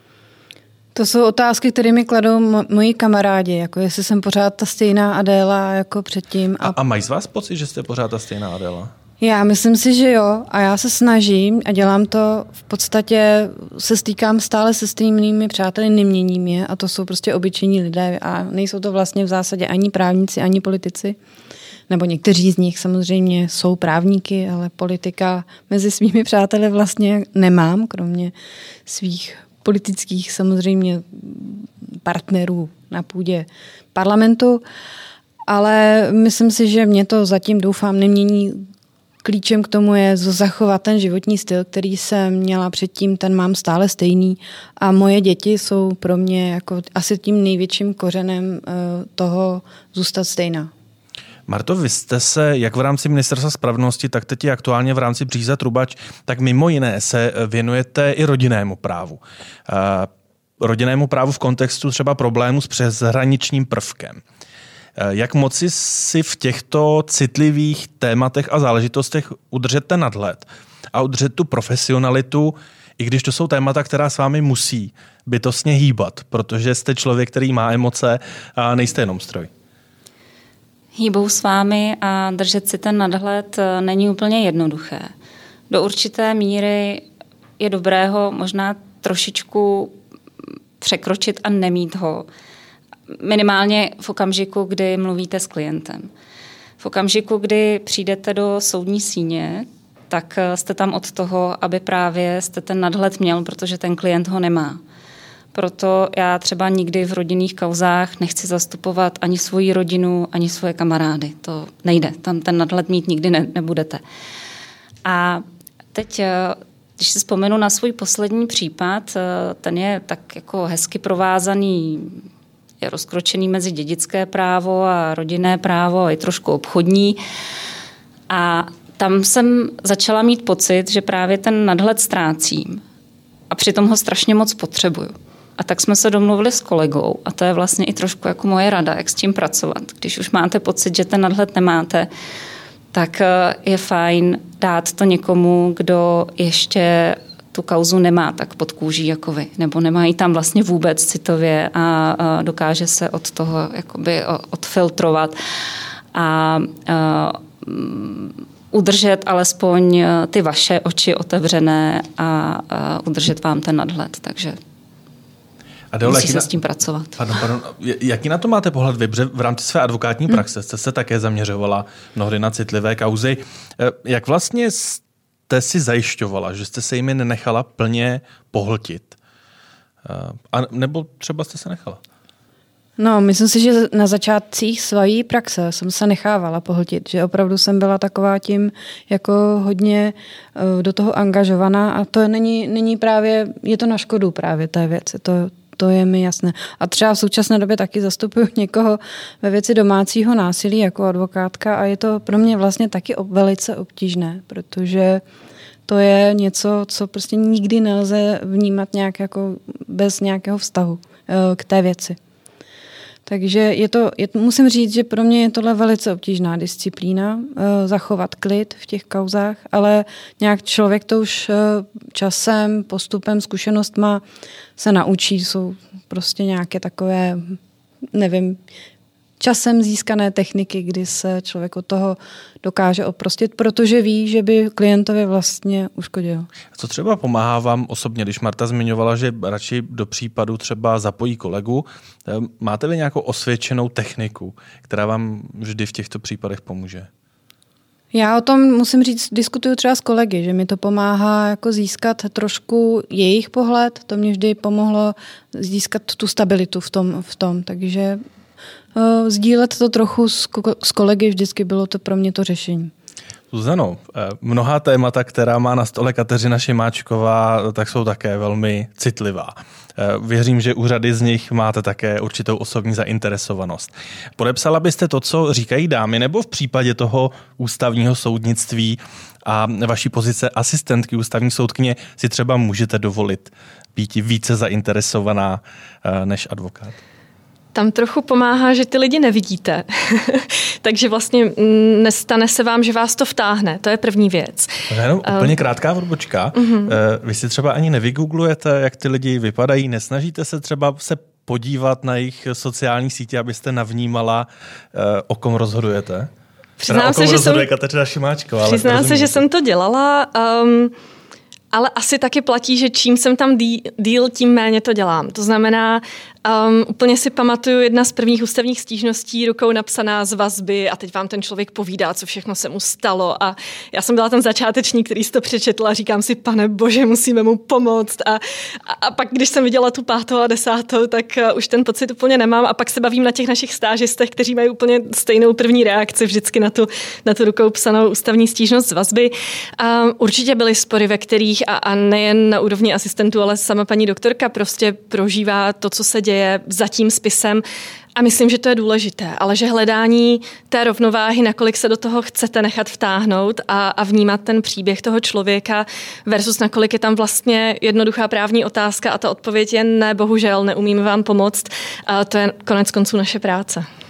To jsou otázky, které mi kladou moji kamarádi, jako jestli jsem pořád ta stejná Adéla jako předtím. A mají z vás pocit, že jste pořád ta stejná Adéla? Já myslím si, že jo, a já se snažím a dělám to, v podstatě se stýkám stále se stejnými přáteli, neměním je, a to jsou prostě obyčejní lidé a nejsou to vlastně v zásadě ani právníci, ani politici, nebo někteří z nich samozřejmě jsou právníky, ale politika mezi svými přáteli vlastně nemám, kromě svých politických samozřejmě partnerů na půdě parlamentu, ale myslím si, že mě to zatím, doufám, nemění. Klíčem k tomu je zachovat ten životní styl, který jsem měla předtím, ten mám stále stejný, a moje děti jsou pro mě jako asi tím největším kořenem toho zůstat stejná. Marto, vy jste se jak v rámci Ministerstva spravedlnosti, tak teď aktuálně v rámci Bříza Trubač, tak mimo jiné se věnujete i rodinnému právu. Rodinnému právu v kontextu třeba problému s přeshraničním prvkem. Jak moci si v těchto citlivých tématech a záležitostech udržet ten nadhled a udržet tu profesionalitu, i když to jsou témata, která s vámi musí bytostně hýbat, protože jste člověk, který má emoce a nejste jenom stroj. Hýbou s vámi a držet si ten nadhled není úplně jednoduché. Do určité míry je dobré ho možná trošičku překročit a nemít ho. Minimálně v okamžiku, kdy mluvíte s klientem. V okamžiku, kdy přijdete do soudní síně, tak jste tam od toho, aby právě jste ten nadhled měl, protože ten klient ho nemá. Proto já třeba nikdy v rodinných kauzách nechci zastupovat ani svoji rodinu, ani svoje kamarády. To nejde. Tam ten nadhled mít nikdy nebudete. A teď, když si vzpomenu na svůj poslední případ, ten je tak jako hezky provázaný, je rozkročený mezi dědické právo a rodinné právo, je trošku obchodní. A tam jsem začala mít pocit, že právě ten nadhled ztrácím a přitom ho strašně moc potřebuju. A tak jsme se domluvili s kolegou a to je vlastně i trošku jako moje rada, jak s tím pracovat. Když už máte pocit, že ten nadhled nemáte, tak je fajn dát to někomu, kdo ještě tu kauzu nemá tak pod kůží jako vy, nebo nemá ji tam vlastně vůbec citově a dokáže se od toho jakoby odfiltrovat a udržet alespoň ty vaše oči otevřené a udržet vám ten nadhled, takže musí se s tím pracovat. Pardon. Jaký na to máte pohled vy? V rámci své advokátní praxe jste se také zaměřovala mnohdy na citlivé kauzy. Jak vlastně jste si zajišťovala, že jste se jimi nenechala plně pohltit? A nebo třeba jste se nechala? No, myslím si, že na začátcích své praxe jsem se nechávala pohltit, že opravdu jsem byla taková tím jako hodně do toho angažovaná a to není právě, je to na škodu právě té věci, to je mi jasné. A třeba v současné době taky zastupuju někoho ve věci domácího násilí jako advokátka a je to pro mě vlastně taky velice obtížné, protože to je něco, co prostě nikdy nelze vnímat nějak jako bez nějakého vztahu k té věci. Takže musím říct, že pro mě je tohle velice obtížná disciplína, zachovat klid v těch kauzách, ale nějak člověk to už časem, postupem, zkušenostma se naučí, jsou prostě nějaké takové, nevím, časem získané techniky, kdy se člověk od toho dokáže oprostit, protože ví, že by klientovi vlastně uškodil. Co třeba pomáhá vám osobně, když Marta zmiňovala, že radši do případu třeba zapojí kolegu? Máte vy nějakou osvědčenou techniku, která vám vždy v těchto případech pomůže? Já o tom musím říct, diskutuju třeba s kolegy, že mi to pomáhá jako získat trošku jejich pohled, to mě vždy pomohlo získat tu stabilitu v tom. Takže sdílet to trochu s kolegy vždycky bylo to pro mě to řešení. Zuzano, mnohá témata, která má na stole Kateřina Šimáčková, tak jsou také velmi citlivá. Věřím, že u řady z nich máte také určitou osobní zainteresovanost. Podepsala byste to, co říkají dámy, nebo v případě toho ústavního soudnictví a vaší pozice asistentky ústavní soudkyně si třeba můžete dovolit být více zainteresovaná než advokát? Tam trochu pomáhá, že ty lidi nevidíte. Takže vlastně nestane se vám, že vás to vtáhne. To je první věc. Jenom úplně krátká odbočka. Vy si třeba ani nevygooglujete, jak ty lidi vypadají, nesnažíte se třeba se podívat na jejich sociální sítě, abyste navnímala, o kom rozhodujete? Přiznám se, že jsem to dělala, ale asi taky platí, že čím jsem tam díl, tím méně to dělám. To znamená, úplně si pamatuju jedna z prvních ústavních stížností, rukou napsaná z vazby a teď vám ten člověk povídá, co všechno se mu stalo a já jsem byla ten začátečník, který si to přečetl a říkám si, pane bože, musíme mu pomoct a pak, když jsem viděla tu 5. a 10., tak už ten pocit úplně nemám a pak se bavím na těch našich stážistech, kteří mají úplně stejnou první reakci vždycky na tu rukou psanou ústavní stížnost z vazby. Určitě byly spory, ve kterých a nejen na úrovni asistentů, ale sama paní doktorka prostě prožívá to, co se děje za tím spisem a myslím, že to je důležité, ale že hledání té rovnováhy, nakolik se do toho chcete nechat vtáhnout a vnímat ten příběh toho člověka versus nakolik je tam vlastně jednoduchá právní otázka a ta odpověď je ne, bohužel, neumíme vám pomoct. A to je konec konců naše práce.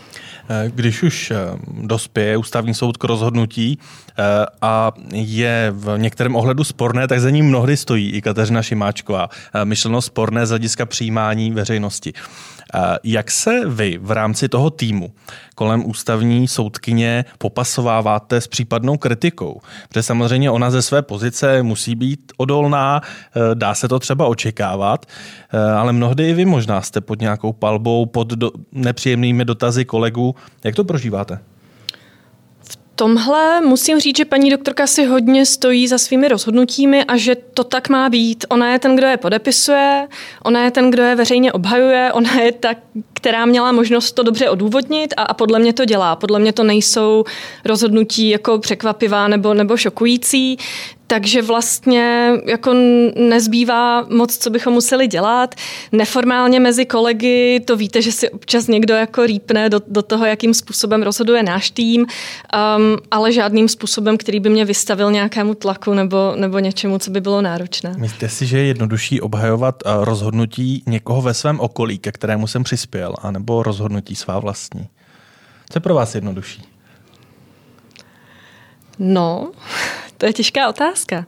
Když už dospěje ústavní soud k rozhodnutí a je v některém ohledu sporné, tak za ním mnohdy stojí i Kateřina Šimáčková. Myšleno sporné z hlediska přijímání veřejnosti. Jak se vy v rámci toho týmu kolem ústavní soudkyně popasováváte s případnou kritikou? Protože samozřejmě ona ze své pozice musí být odolná, dá se to třeba očekávat, ale mnohdy i vy možná jste pod nějakou palbou, pod nepříjemnými dotazy kolegů. Jak to prožíváte? V tomhle musím říct, že paní doktorka si hodně stojí za svými rozhodnutími a že to tak má být. Ona je ten, kdo je podepisuje, ona je ten, kdo je veřejně obhajuje, ona je ta, která měla možnost to dobře odůvodnit a podle mě to dělá. Podle mě to nejsou rozhodnutí jako překvapivá nebo šokující. Takže vlastně jako nezbývá moc, co bychom museli dělat. Neformálně mezi kolegy to víte, že si občas někdo jako rýpne do toho, jakým způsobem rozhoduje náš tým, ale žádným způsobem, který by mě vystavil nějakému tlaku nebo něčemu, co by bylo náročné. Myslíte si, že je jednodušší obhajovat rozhodnutí někoho ve svém okolí, ke kterému jsem přispěl, anebo rozhodnutí svá vlastní? Co je pro vás jednodušší? No, to je těžká otázka.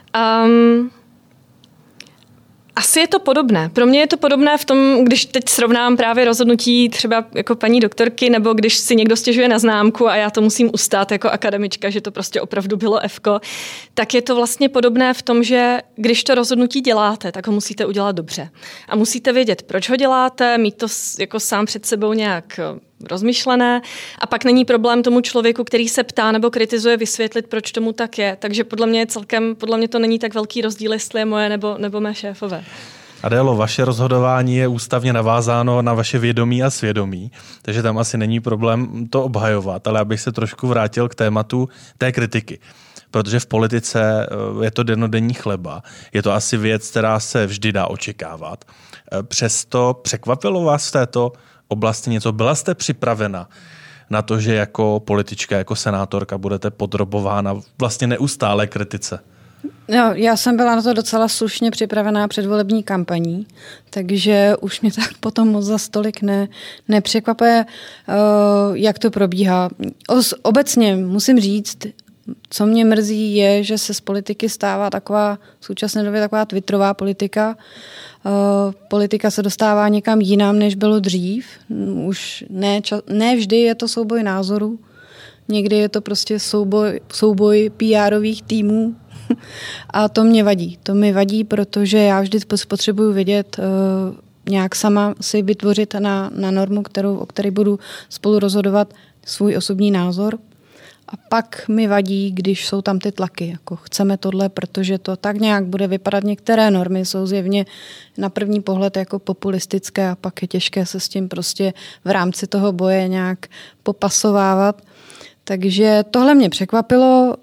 Asi je to podobné. Pro mě je to podobné v tom, když teď srovnám právě rozhodnutí třeba jako paní doktorky, nebo když si někdo stěžuje na známku a já to musím ustát jako akademička, že to prostě opravdu bylo Fko, tak je to vlastně podobné v tom, že když to rozhodnutí děláte, tak ho musíte udělat dobře. A musíte vědět, proč ho děláte, mít to jako sám před sebou nějak rozmyšlené a pak není problém tomu člověku, který se ptá nebo kritizuje, vysvětlit, proč tomu tak je. Takže podle mě to není tak velký rozdíl, jestli je moje nebo mé šéfové. Adélo, vaše rozhodování je ústavně navázáno na vaše vědomí a svědomí, takže tam asi není problém to obhajovat, ale abych se trošku vrátil k tématu té kritiky. Protože v politice je to dennodenní chleba. Je to asi věc, která se vždy dá očekávat. Přesto překvapilo vás v této oblasti něco? Byla jste připravena na to, že jako politička, jako senátorka budete podrobována vlastně neustále kritice? No, já jsem byla na to docela slušně připravená předvolební kampaní, takže už mě tak potom moc za stolik nepřekvapuje, jak to probíhá. Obecně musím říct, co mě mrzí, je, že se z politiky stává v současné době taková twitterová politika. Politika se dostává někam jinam, než bylo dřív. Už ne vždy je to souboj názorů. Někdy je to prostě souboj PR-ových týmů. A to mě vadí. To mi vadí, protože já vždy potřebuju vědět, nějak sama si vytvořit na normu, o které budu spolu rozhodovat, svůj osobní názor. A pak mi vadí, když jsou tam ty tlaky, jako chceme tohle, protože to tak nějak bude vypadat. Některé normy jsou zjevně na první pohled jako populistické a pak je těžké se s tím prostě v rámci toho boje nějak popasovávat. Takže tohle mě překvapilo,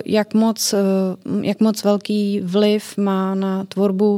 jak moc velký vliv má na tvorbu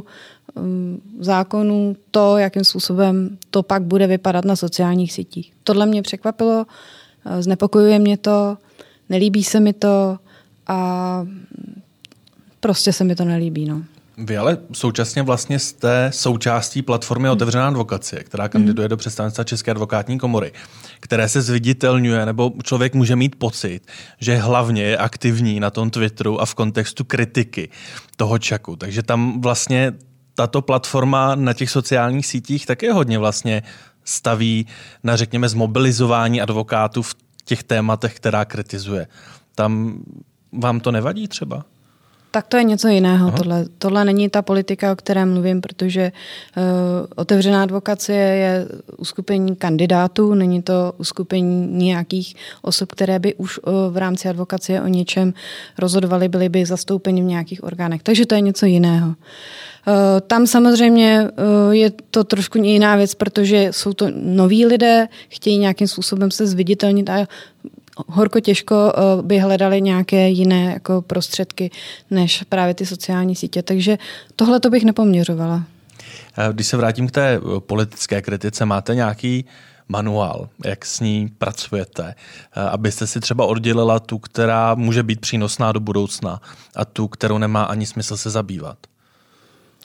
zákonů to, jakým způsobem to pak bude vypadat na sociálních sítích. Tohle mě překvapilo, znepokojuje mě to, nelíbí se mi to a prostě se mi to nelíbí. No. Vy ale současně vlastně jste součástí platformy Otevřená advokacie, která kandiduje do představenstva České advokátní komory, které se zviditelňuje, nebo člověk může mít pocit, že hlavně je aktivní na tom Twitteru a v kontextu kritiky toho ČAKu. Takže tam vlastně tato platforma na těch sociálních sítích také hodně vlastně staví na, řekněme, zmobilizování advokátů v těch tématech, která kritizuje. Tam vám to nevadí třeba? Tak to je něco jiného. Tohle není ta politika, o které mluvím, protože Otevřená advokacie je uskupení kandidátů, není to uskupení nějakých osob, které by už v rámci advokacie o něčem rozhodovaly, byly by zastoupeni v nějakých orgánech. Takže to je něco jiného. Tam samozřejmě je to trošku jiná věc, protože jsou to noví lidé, chtějí nějakým způsobem se zviditelnit a horko těžko by hledali nějaké jiné jako prostředky než právě ty sociální sítě. Takže tohle to bych nepoměřovala. Když se vrátím k té politické kritice, máte nějaký manuál, jak s ní pracujete, abyste si třeba oddělila tu, která může být přínosná do budoucna a tu, kterou nemá ani smysl se zabývat?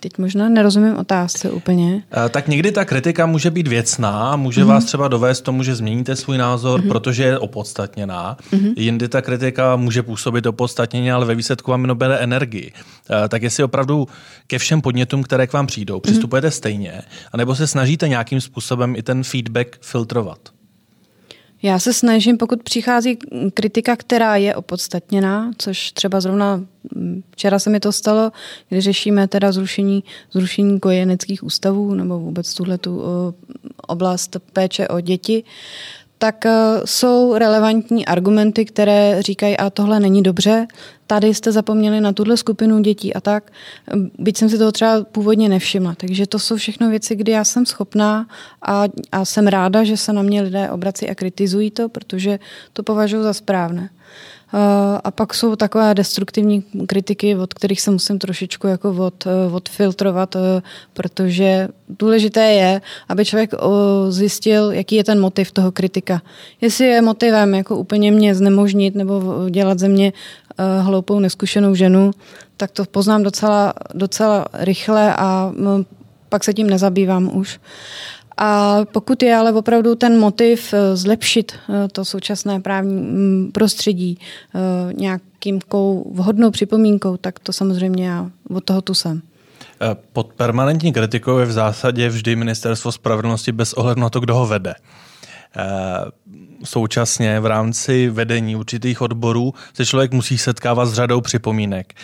Teď možná nerozumím otázce úplně. Tak někdy ta kritika může být věcná, může vás třeba dovést tomu, že změníte svůj názor, protože je opodstatněná. Jindy ta kritika může působit opodstatněně, ale ve výsledku vám jenom bere energii. Tak jestli opravdu ke všem podnětům, které k vám přijdou, přistupujete stejně, anebo se snažíte nějakým způsobem i ten feedback filtrovat? Já se snažím, pokud přichází kritika, která je opodstatněná, což třeba zrovna včera se mi to stalo, kdy řešíme teda zrušení kojeneckých ústavů nebo vůbec tuhletu oblast péče o děti, tak jsou relevantní argumenty, které říkají, a tohle není dobře, tady jste zapomněli na tuhle skupinu dětí a tak, byť jsem si toho třeba původně nevšimla. Takže to jsou všechno věci, kdy já jsem schopná a jsem ráda, že se na mě lidé obrací a kritizují to, protože to považuji za správné. A pak jsou takové destruktivní kritiky, od kterých se musím trošičku jako odfiltrovat, protože důležité je, aby člověk zjistil, jaký je ten motiv toho kritika. Jestli je motivem jako úplně mě znemožnit nebo dělat ze mě hloupou, neskušenou ženu, tak to poznám docela rychle a pak se tím nezabývám už. A pokud je ale opravdu ten motiv zlepšit to současné právní prostředí nějakým vhodnou připomínkou, tak to samozřejmě já od toho tu jsem. Pod permanentní kritikou je v zásadě vždy Ministerstvo spravedlnosti bez ohledu na to, kdo ho vede. Současně v rámci vedení určitých odborů se člověk musí setkávat s řadou připomínek.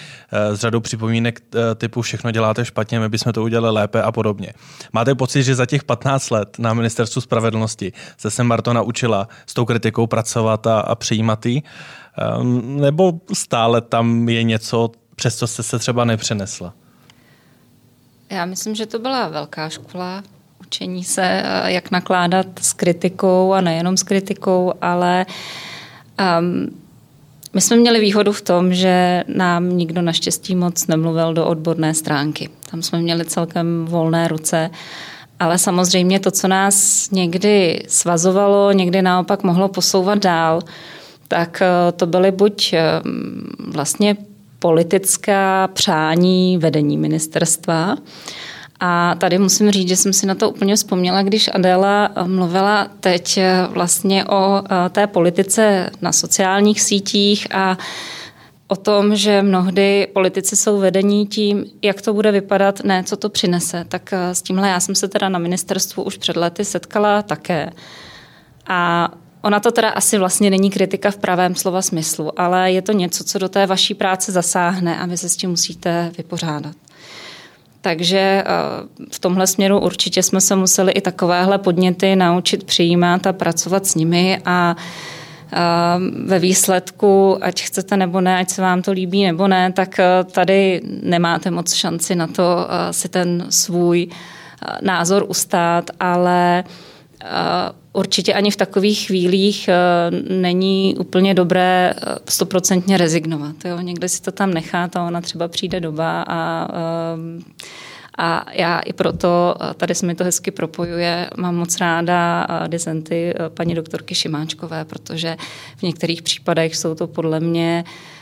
Typu všechno děláte špatně, my bychom to udělali lépe a podobně. Máte pocit, že za těch 15 let na Ministerstvu spravedlnosti jste se, Marto, naučila s tou kritikou pracovat a přijímat ji? Nebo stále tam je něco, přes co jste se třeba nepřenesla? Já myslím, že to byla velká škola. Učení se, jak nakládat s kritikou a nejenom s kritikou, ale my jsme měli výhodu v tom, že nám nikdo naštěstí moc nemluvil do odborné stránky. Tam jsme měli celkem volné ruce, ale samozřejmě to, co nás někdy svazovalo, někdy naopak mohlo posouvat dál, tak to byly buď vlastně politická přání vedení ministerstva. A tady musím říct, že jsem si na to úplně vzpomněla, když Adéla mluvila teď vlastně o té politice na sociálních sítích a o tom, že mnohdy politici jsou vedení tím, jak to bude vypadat, ne co to přinese. Tak s tímhle já jsem se teda na ministerstvu už před lety setkala také. A ona to teda asi vlastně není kritika v pravém slova smyslu, ale je to něco, co do té vaší práce zasáhne a vy se s tím musíte vypořádat. Takže v tomhle směru určitě jsme se museli i takovéhle podněty naučit přijímat a pracovat s nimi a ve výsledku, ať chcete nebo ne, ať se vám to líbí nebo ne, tak tady nemáte moc šanci na to si ten svůj názor ustát, ale určitě ani v takových chvílích není úplně dobré 100% rezignovat. Jo? Někde si to tam nechat a ona třeba přijde doba a já i proto, tady se mi to hezky propojuje, mám moc ráda disenty paní doktorky Šimáčkové, protože v některých případech jsou to podle mě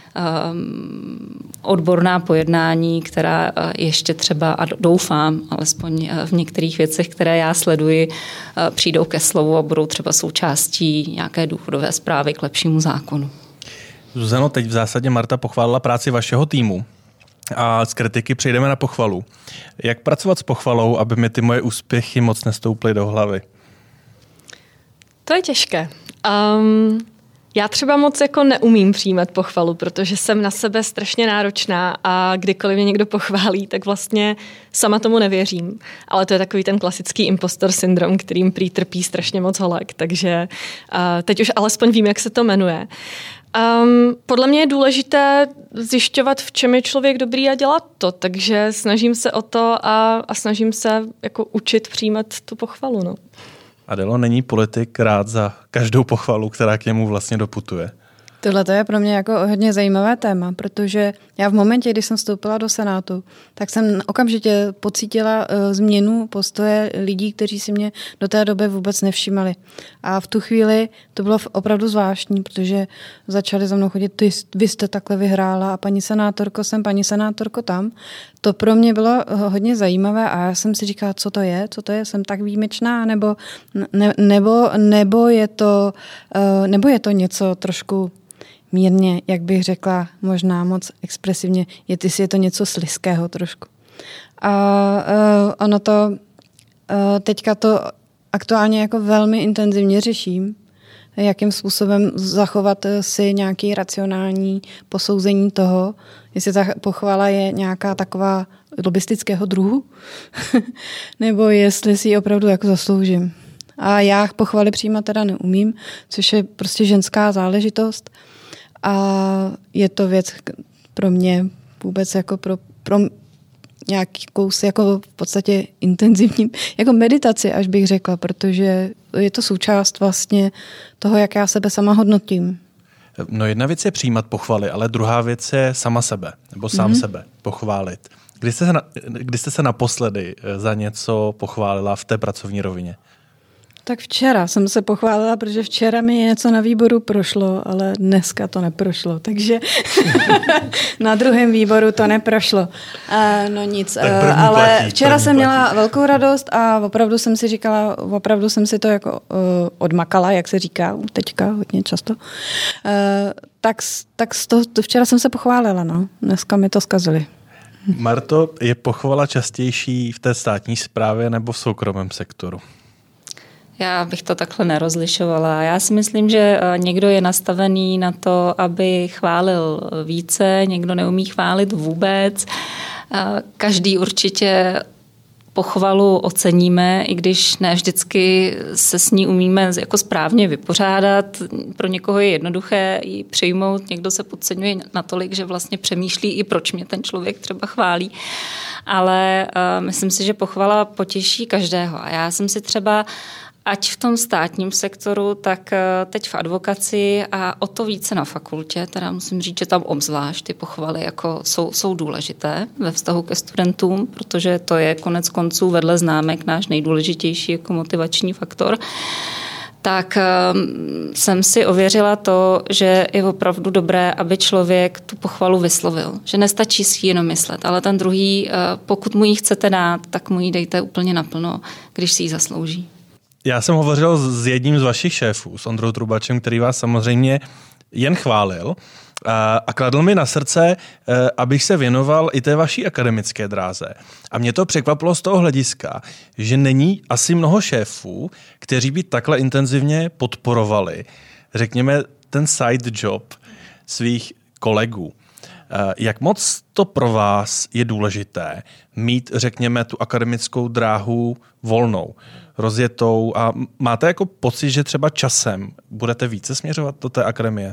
odborná pojednání, která ještě třeba, a doufám, alespoň v některých věcech, které já sleduji, přijdou ke slovu a budou třeba součástí nějaké důvodové zprávy k lepšímu zákonu. Zuzano, teď v zásadě Marta pochválila práci vašeho týmu a z kritiky přejdeme na pochvalu. Jak pracovat s pochvalou, aby mi ty moje úspěchy moc nestouply do hlavy? To je těžké. Já třeba moc jako neumím přijímat pochvalu, protože jsem na sebe strašně náročná a kdykoliv mě někdo pochválí, tak vlastně sama tomu nevěřím. Ale to je takový ten klasický impostor syndrom, kterým prý trpí strašně moc holek, takže teď už alespoň vím, jak se to jmenuje. Podle mě je důležité zjišťovat, v čem je člověk dobrý a dělat to, takže snažím se o to a snažím se jako učit přijímat tu pochvalu. No. Adélo, není politik rád za každou pochvalu, která k němu vlastně doputuje? Tohle je pro mě jako hodně zajímavé téma, protože já v momentě, kdy jsem vstoupila do Senátu, tak jsem okamžitě pocítila změnu postoje lidí, kteří si mě do té doby vůbec nevšímali. A v tu chvíli to bylo opravdu zvláštní, protože začali za mnou chodit, vy jste takhle vyhrála a paní senátorko sem, paní senátorko tam. To pro mě bylo hodně zajímavé a já jsem si říkala, co to je, jsem tak výjimečná, nebo je to něco trošku mírně, jak bych řekla, možná moc expresivně, je to něco slizkého trošku. A ono to teďka to aktuálně jako velmi intenzivně řeším, jakým způsobem zachovat si nějaký racionální posouzení toho, jestli ta pochvala je nějaká taková lobistického druhu, nebo jestli si ji opravdu jako zasloužím. A já pochvaly přijímat teda neumím, což je prostě ženská záležitost. A je to věc pro mě vůbec jako pro nějaký kus jako v podstatě intenzivní, jako meditaci, až bych řekla, protože je to součást vlastně toho, jak já sebe sama hodnotím. No jedna věc je přijímat pochvaly, ale druhá věc je sama sebe, nebo sám sebe pochválit. Kdy jste se naposledy za něco pochválila v té pracovní rovině? Tak včera jsem se pochválila, protože včera mi něco na výboru prošlo, ale dneska to neprošlo, takže na druhém výboru to neprošlo. No nic, ale včera jsem měla velkou radost a opravdu jsem si říkala, opravdu jsem si to jako odmakala, jak se říká teďka hodně často. Tak včera jsem se pochválila, no. Dneska mi to zkazili. Marto, je pochvala častější v té státní správě nebo v soukromém sektoru? Já bych to takhle nerozlišovala. Já si myslím, že někdo je nastavený na to, aby chválil více, někdo neumí chválit vůbec. Každý určitě pochvalu oceníme, i když ne vždycky se s ní umíme jako správně vypořádat. Pro někoho je jednoduché ji přijmout, někdo se podceňuje natolik, že vlastně přemýšlí i proč mě ten člověk třeba chválí. Ale myslím si, že pochvala potěší každého. A já jsem si třeba ať v tom státním sektoru, tak teď v advokaci a o to více na fakultě. Teda musím říct, že tam obzvlášť ty pochvaly jako jsou důležité ve vztahu ke studentům, protože to je konec konců vedle známek náš nejdůležitější jako motivační faktor. Tak jsem si ověřila to, že je opravdu dobré, aby člověk tu pochvalu vyslovil. Že nestačí si ji jenom myslet, ale ten druhý, pokud mu ji chcete dát, tak mu ji dejte úplně naplno, když si ji zaslouží. Já jsem hovořil s jedním z vašich šéfů, s Ondrou Trubačem, který vás samozřejmě jen chválil a kladl mi na srdce, abych se věnoval i té vaší akademické dráze. A mě to překvapilo z toho hlediska, že není asi mnoho šéfů, kteří by takhle intenzivně podporovali, řekněme, ten side job svých kolegů. Jak moc to pro vás je důležité mít, řekněme, tu akademickou dráhu volnou, rozjetou a máte jako pocit, že třeba časem budete více směřovat do té akademie?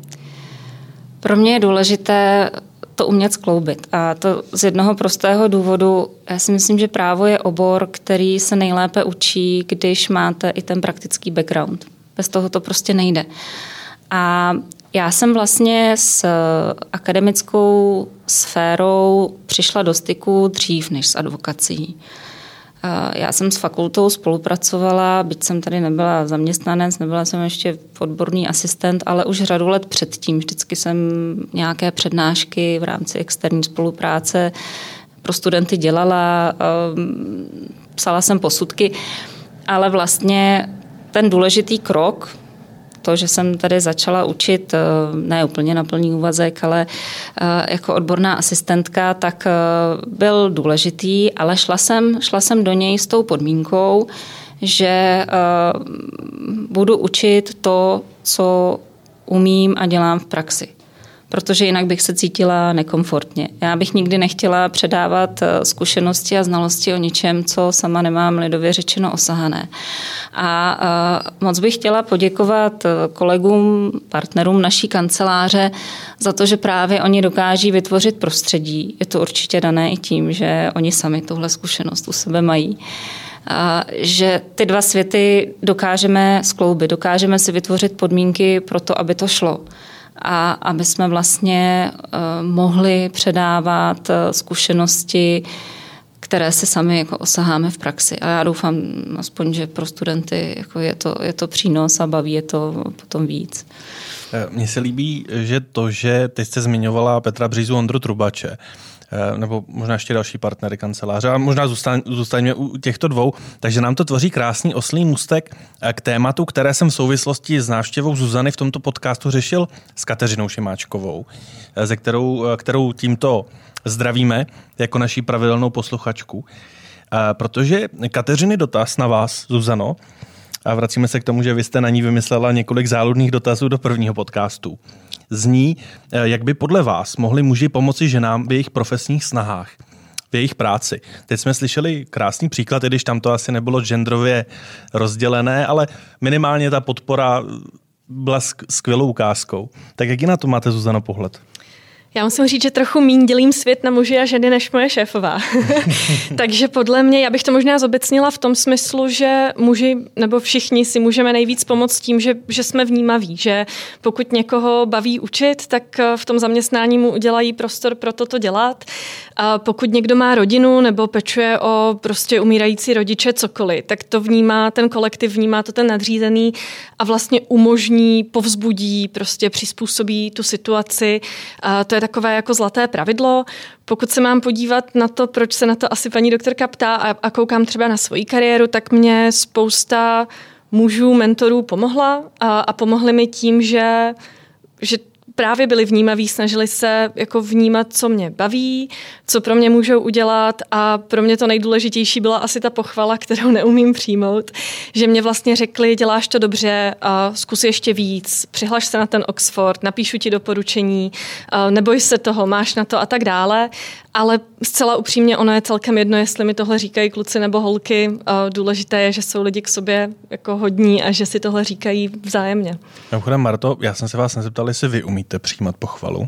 Pro mě je důležité to umět skloubit a to z jednoho prostého důvodu. Já si myslím, že právo je obor, který se nejlépe učí, když máte i ten praktický background. Bez toho to prostě nejde. A já jsem vlastně s akademickou sférou přišla do styku dřív než s advokací. Já jsem s fakultou spolupracovala, byť jsem tady nebyla zaměstnanec, nebyla jsem ještě odborný asistent, ale už řadu let předtím. Vždycky jsem nějaké přednášky v rámci externí spolupráce pro studenty dělala, psala jsem posudky, ale vlastně ten důležitý krok, to, že jsem tady začala učit, ne úplně na plný úvazek, ale jako odborná asistentka, tak byl důležitý, ale šla jsem do něj s tou podmínkou, že budu učit to, co umím a dělám v praxi. Protože jinak bych se cítila nekomfortně. Já bych nikdy nechtěla předávat zkušenosti a znalosti o něčem, co sama nemám lidově řečeno osahané. A moc bych chtěla poděkovat kolegům, partnerům naší kanceláře za to, že právě oni dokáží vytvořit prostředí. Je to určitě dané i tím, že oni sami tuhle zkušenost u sebe mají. Že ty dva světy dokážeme skloubit, dokážeme si vytvořit podmínky pro to, aby to šlo. a aby jsme vlastně mohli předávat zkušenosti, které si sami jako osaháme v praxi. A já doufám aspoň, že pro studenty jako je to přínos a baví je to potom víc. Mně se líbí, že teď jste zmiňovala Petra Břízu, Ondru Trubače, nebo možná ještě další partnery kanceláře, a možná zůstaňme u těchto dvou, takže nám to tvoří krásný oslý můstek k tématu, které jsem v souvislosti s návštěvou Zuzany v tomto podcastu řešil s Kateřinou Šimáčkovou, kterou tímto zdravíme jako naší pravidelnou posluchačku. Protože Kateřiny dotaz na vás, Zuzano, a vracíme se k tomu, že vy jste na ní vymyslela několik záludných dotazů do prvního podcastu, zní, jak by podle vás mohli muži pomoci ženám v jejich profesních snahách, v jejich práci. Teď jsme slyšeli krásný příklad, i když tam to asi nebylo genderově rozdělené, ale minimálně ta podpora byla skvělou ukázkou. Tak jaký na to máte, Zuzano, pohled? Já musím říct, že trochu míň dělím svět na muži a ženy než moje šéfová. Takže podle mě, já bych to možná zobecnila v tom smyslu, že muži nebo všichni si můžeme nejvíc pomoct tím, že jsme vnímaví, že pokud někoho baví učit, tak v tom zaměstnání mu udělají prostor pro to dělat. A pokud někdo má rodinu nebo pečuje o prostě umírající rodiče, cokoliv, tak to vnímá ten kolektiv, vnímá to ten nadřízený a vlastně umožní, povzbudí, prostě přizpůsobí tu situaci. A to je takové jako zlaté pravidlo. Pokud se mám podívat na to, proč se na to asi paní doktorka ptá a koukám třeba na svoji kariéru, tak mě spousta mužů, mentorů pomohla a pomohli mi tím, že právě byli vnímaví, snažili se jako vnímat, co mě baví, co pro mě můžou udělat a pro mě to nejdůležitější byla asi ta pochvala, kterou neumím přijmout, že mě vlastně řekli, děláš to dobře a zkus ještě víc, přihlaš se na ten Oxford, napíšu ti doporučení, neboj se toho, máš na to a tak dále, ale zcela upřímně ono je celkem jedno, jestli mi tohle říkají kluci nebo holky. Důležité je, že jsou lidi k sobě jako hodní a že si tohle říkají vzájemně. Mimochodem, Marto, já jsem se vás nezeptal, jestli vy umíte přijímat pochvalu.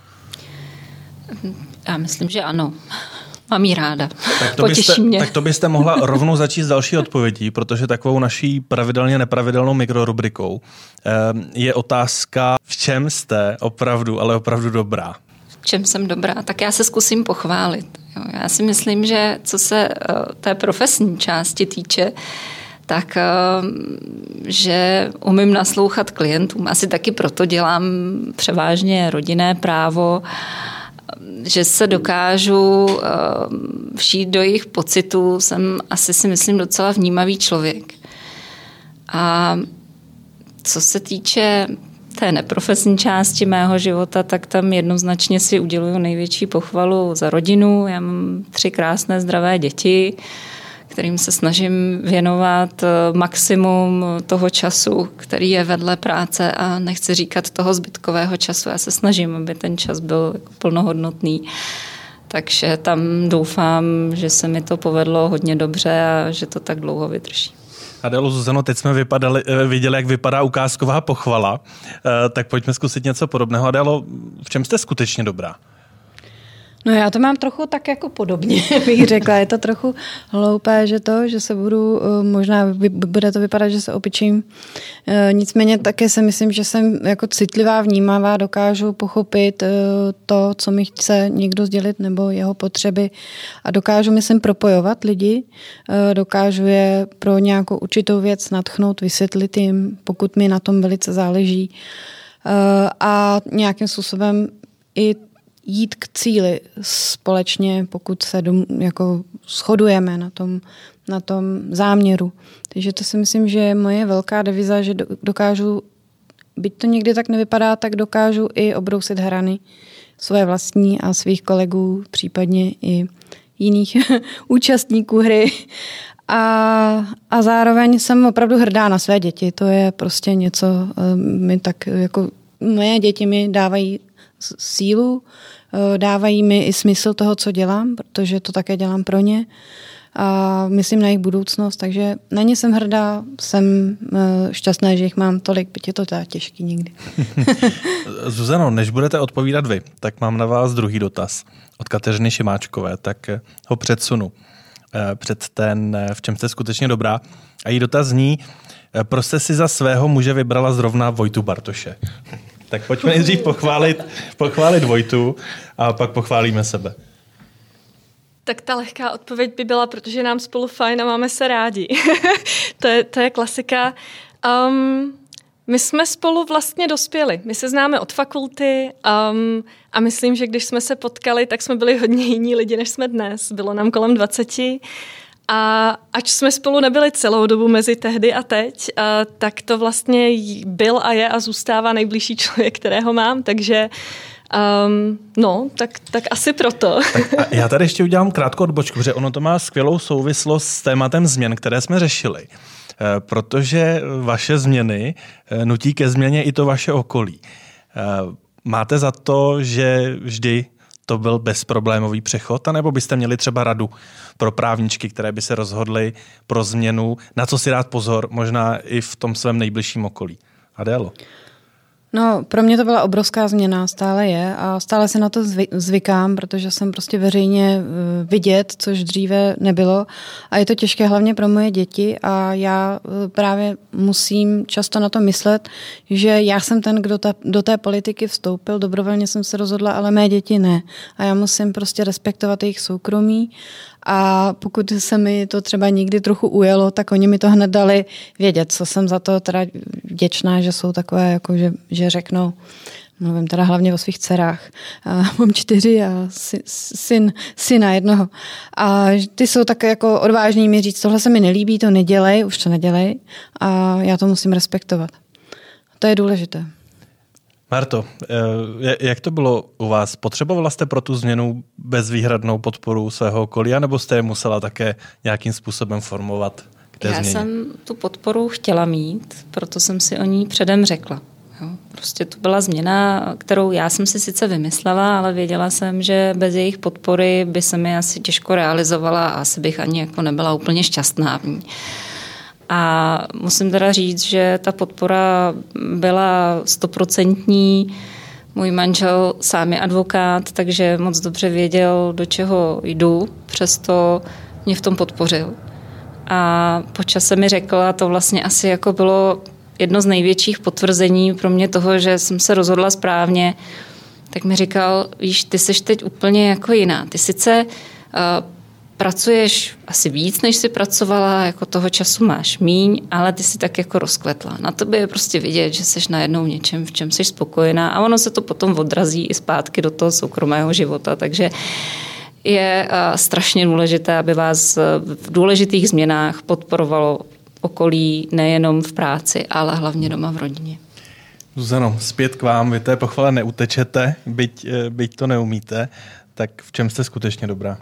Já myslím, že ano. Mám jí ráda. Tak to byste mohla rovnou začít s další odpovědí, protože takovou naší pravidelně nepravidelnou mikrorubrikou je otázka, v čem jste opravdu, ale opravdu dobrá. V čem jsem dobrá? Tak já se zkusím pochválit. Jo, já si myslím, že co se té profesní části týče, tak že umím naslouchat klientům. Asi taky proto dělám převážně rodinné právo, že se dokážu všít do jejich pocitů. Jsem asi si myslím docela vnímavý člověk. A co se týče té neprofesní části mého života, tak tam jednoznačně si uděluju největší pochvalu za rodinu. Já mám 3 krásné zdravé děti, kterým se snažím věnovat maximum toho času, který je vedle práce a nechci říkat toho zbytkového času. Já se snažím, aby ten čas byl plnohodnotný. Takže tam doufám, že se mi to povedlo hodně dobře a že to tak dlouho vydrží. Adélo, Zuzano, teď jsme viděli, jak vypadá ukázková pochvala, tak pojďme zkusit něco podobného. Adélo, v čem jste skutečně dobrá? No já to mám trochu tak jako podobně, bych řekla. Je to trochu hloupé, že se budu, možná bude to vypadat, že se opičím. Nicméně také si myslím, že jsem jako citlivá, vnímavá, dokážu pochopit to, co mi chce někdo sdělit nebo jeho potřeby a dokážu, myslím, propojovat lidi, dokážu je pro nějakou určitou věc nadchnout, vysvětlit jim, pokud mi na tom velice záleží a nějakým způsobem i jít k cíli společně, pokud se jako shodujeme na tom záměru. Takže to si myslím, že je moje velká deviza, že dokážu, byť to někdy tak nevypadá, tak dokážu i obrousit hrany své vlastní a svých kolegů, případně i jiných účastníků hry. A zároveň jsem opravdu hrdá na své děti. To je prostě něco, mi tak jako moje děti mi dávají sílu, dávají mi i smysl toho, co dělám, protože to také dělám pro ně a myslím na jejich budoucnost, takže na ně jsem hrdá, jsem šťastná, že jich mám tolik, byť je to teda těžký někdy. Zuzano, než budete odpovídat vy, tak mám na vás druhý dotaz od Kateřiny Šimáčkové, tak ho předsunu před ten, v čem jste skutečně dobrá. A její dotaz zní, proč jste si za svého muže vybrala zrovna Vojtu Bartoše? Tak pojďme nejdřív pochválit Vojtu a pak pochválíme sebe. Tak ta lehká odpověď by byla, protože nám spolu fajn a máme se rádi. to je klasika. My jsme spolu vlastně dospěli. My se známe od fakulty a myslím, že když jsme se potkali, tak jsme byli hodně jiní lidi, než jsme dnes. Bylo nám kolem 20. A ač jsme spolu nebyli celou dobu mezi tehdy a teď, tak to vlastně byl a je a zůstává nejbližší člověk, kterého mám, takže tak asi proto. Tak já tady ještě udělám krátkou odbočku, protože ono to má skvělou souvislost s tématem změn, které jsme řešili. Protože vaše změny nutí ke změně i to vaše okolí. Máte za to, že vždy to byl bezproblémový přechod, anebo byste měli třeba radu pro právničky, které by se rozhodly pro změnu, na co si dát pozor, možná i v tom svém nejbližším okolí? Adélo? No, pro mě to byla obrovská změna, stále je a stále se na to zvykám, protože jsem prostě veřejně vidět, což dříve nebylo a je to těžké hlavně pro moje děti a já právě musím často na to myslet, že já jsem ten, kdo do té politiky vstoupil, dobrovolně jsem se rozhodla, ale mé děti ne a já musím prostě respektovat jejich soukromí a pokud se mi to třeba někdy trochu ujelo, tak oni mi to hned dali vědět, co jsem za to teda vděčná, že jsou takové, jako že řeknou, mluvím teda hlavně o svých dcerách. Mám 4 a syna jednoho. A ty jsou tak jako odvážní mi říct, tohle se mi nelíbí, to nedělej, už to nedělej a já to musím respektovat. To je důležité. Marto, jak to bylo u vás? Potřebovala jste pro tu změnu bezvýhradnou podporu svého okolí, nebo jste je musela také nějakým způsobem formovat k té změně? Já jsem tu podporu chtěla mít, proto jsem si o ní předem řekla. Jo, prostě to byla změna, kterou já jsem si sice vymyslela, ale věděla jsem, že bez jejich podpory by se mi asi těžko realizovala a asi bych ani jako nebyla úplně šťastná v ní. A musím teda říct, že ta podpora byla 100%. Můj manžel sám je advokát, takže moc dobře věděl, do čeho jdu, přesto mě v tom podpořil. A po čase mi řekl, a to vlastně asi jako bylo jedno z největších potvrzení pro mě toho, že jsem se rozhodla správně, tak mi říkal, víš, ty seš teď úplně jako jiná. Ty sice pracuješ asi víc, než jsi pracovala, jako toho času máš míň, ale ty jsi tak jako rozkvetla. Na tobě je prostě vidět, že jsi najednou něčem, v čem jsi spokojená a ono se to potom odrazí i zpátky do toho soukromého života, takže je strašně důležité, aby vás v důležitých změnách podporovalo okolí nejenom v práci, ale hlavně doma v rodině. Zuzano, zpět k vám, vy té pochvale neutečete, byť to neumíte, tak v čem jste skutečně dobrá?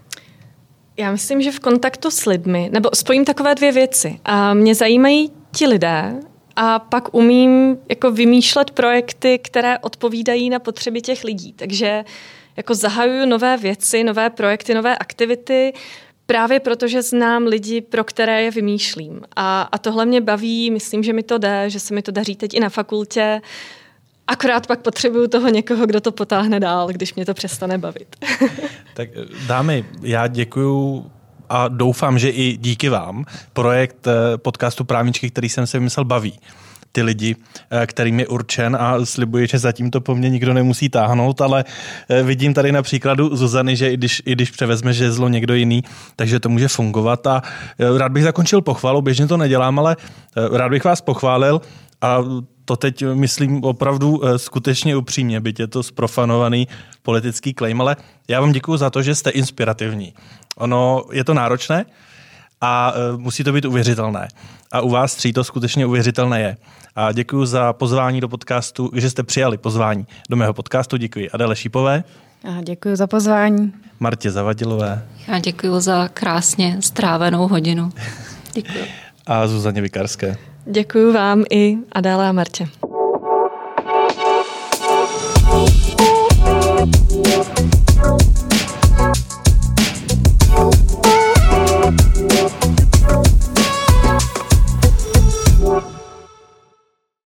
Já myslím, že v kontaktu s lidmi, nebo spojím takové 2 věci. A mě zajímají ti lidé a pak umím jako vymýšlet projekty, které odpovídají na potřeby těch lidí. Takže jako zahajuju nové věci, nové projekty, nové aktivity, právě protože znám lidi, pro které je vymýšlím. A tohle mě baví, myslím, že mi to jde, že se mi to daří teď i na fakultě. Akorát pak potřebuju toho někoho, kdo to potáhne dál, když mě to přestane bavit. Tak dámy, já děkuju a doufám, že i díky vám projekt podcastu Právničky, který jsem si vymyslel, baví ty lidi, kterým je určen a slibuji, že zatím to po mně nikdo nemusí táhnout, ale vidím tady na příkladu Zuzany, že i když převezme žezlo někdo jiný, takže to může fungovat a rád bych zakončil pochvalou, běžně to nedělám, ale rád bych vás pochválil a to teď myslím opravdu skutečně upřímně, byť je to zprofanovaný politický claim, ale já vám děkuju za to, že jste inspirativní. Ono je to náročné a musí to být uvěřitelné. A u vás 3 to skutečně uvěřitelné je. A děkuju za pozvání do podcastu, že jste přijali pozvání do mého podcastu. Děkuji Adéle Šípové. A děkuji za pozvání. Martě Zavadilové. Já děkuji za krásně strávenou hodinu. Děkuji. A Zuzaně Vikarské. Děkuji vám i Adéle a Martě.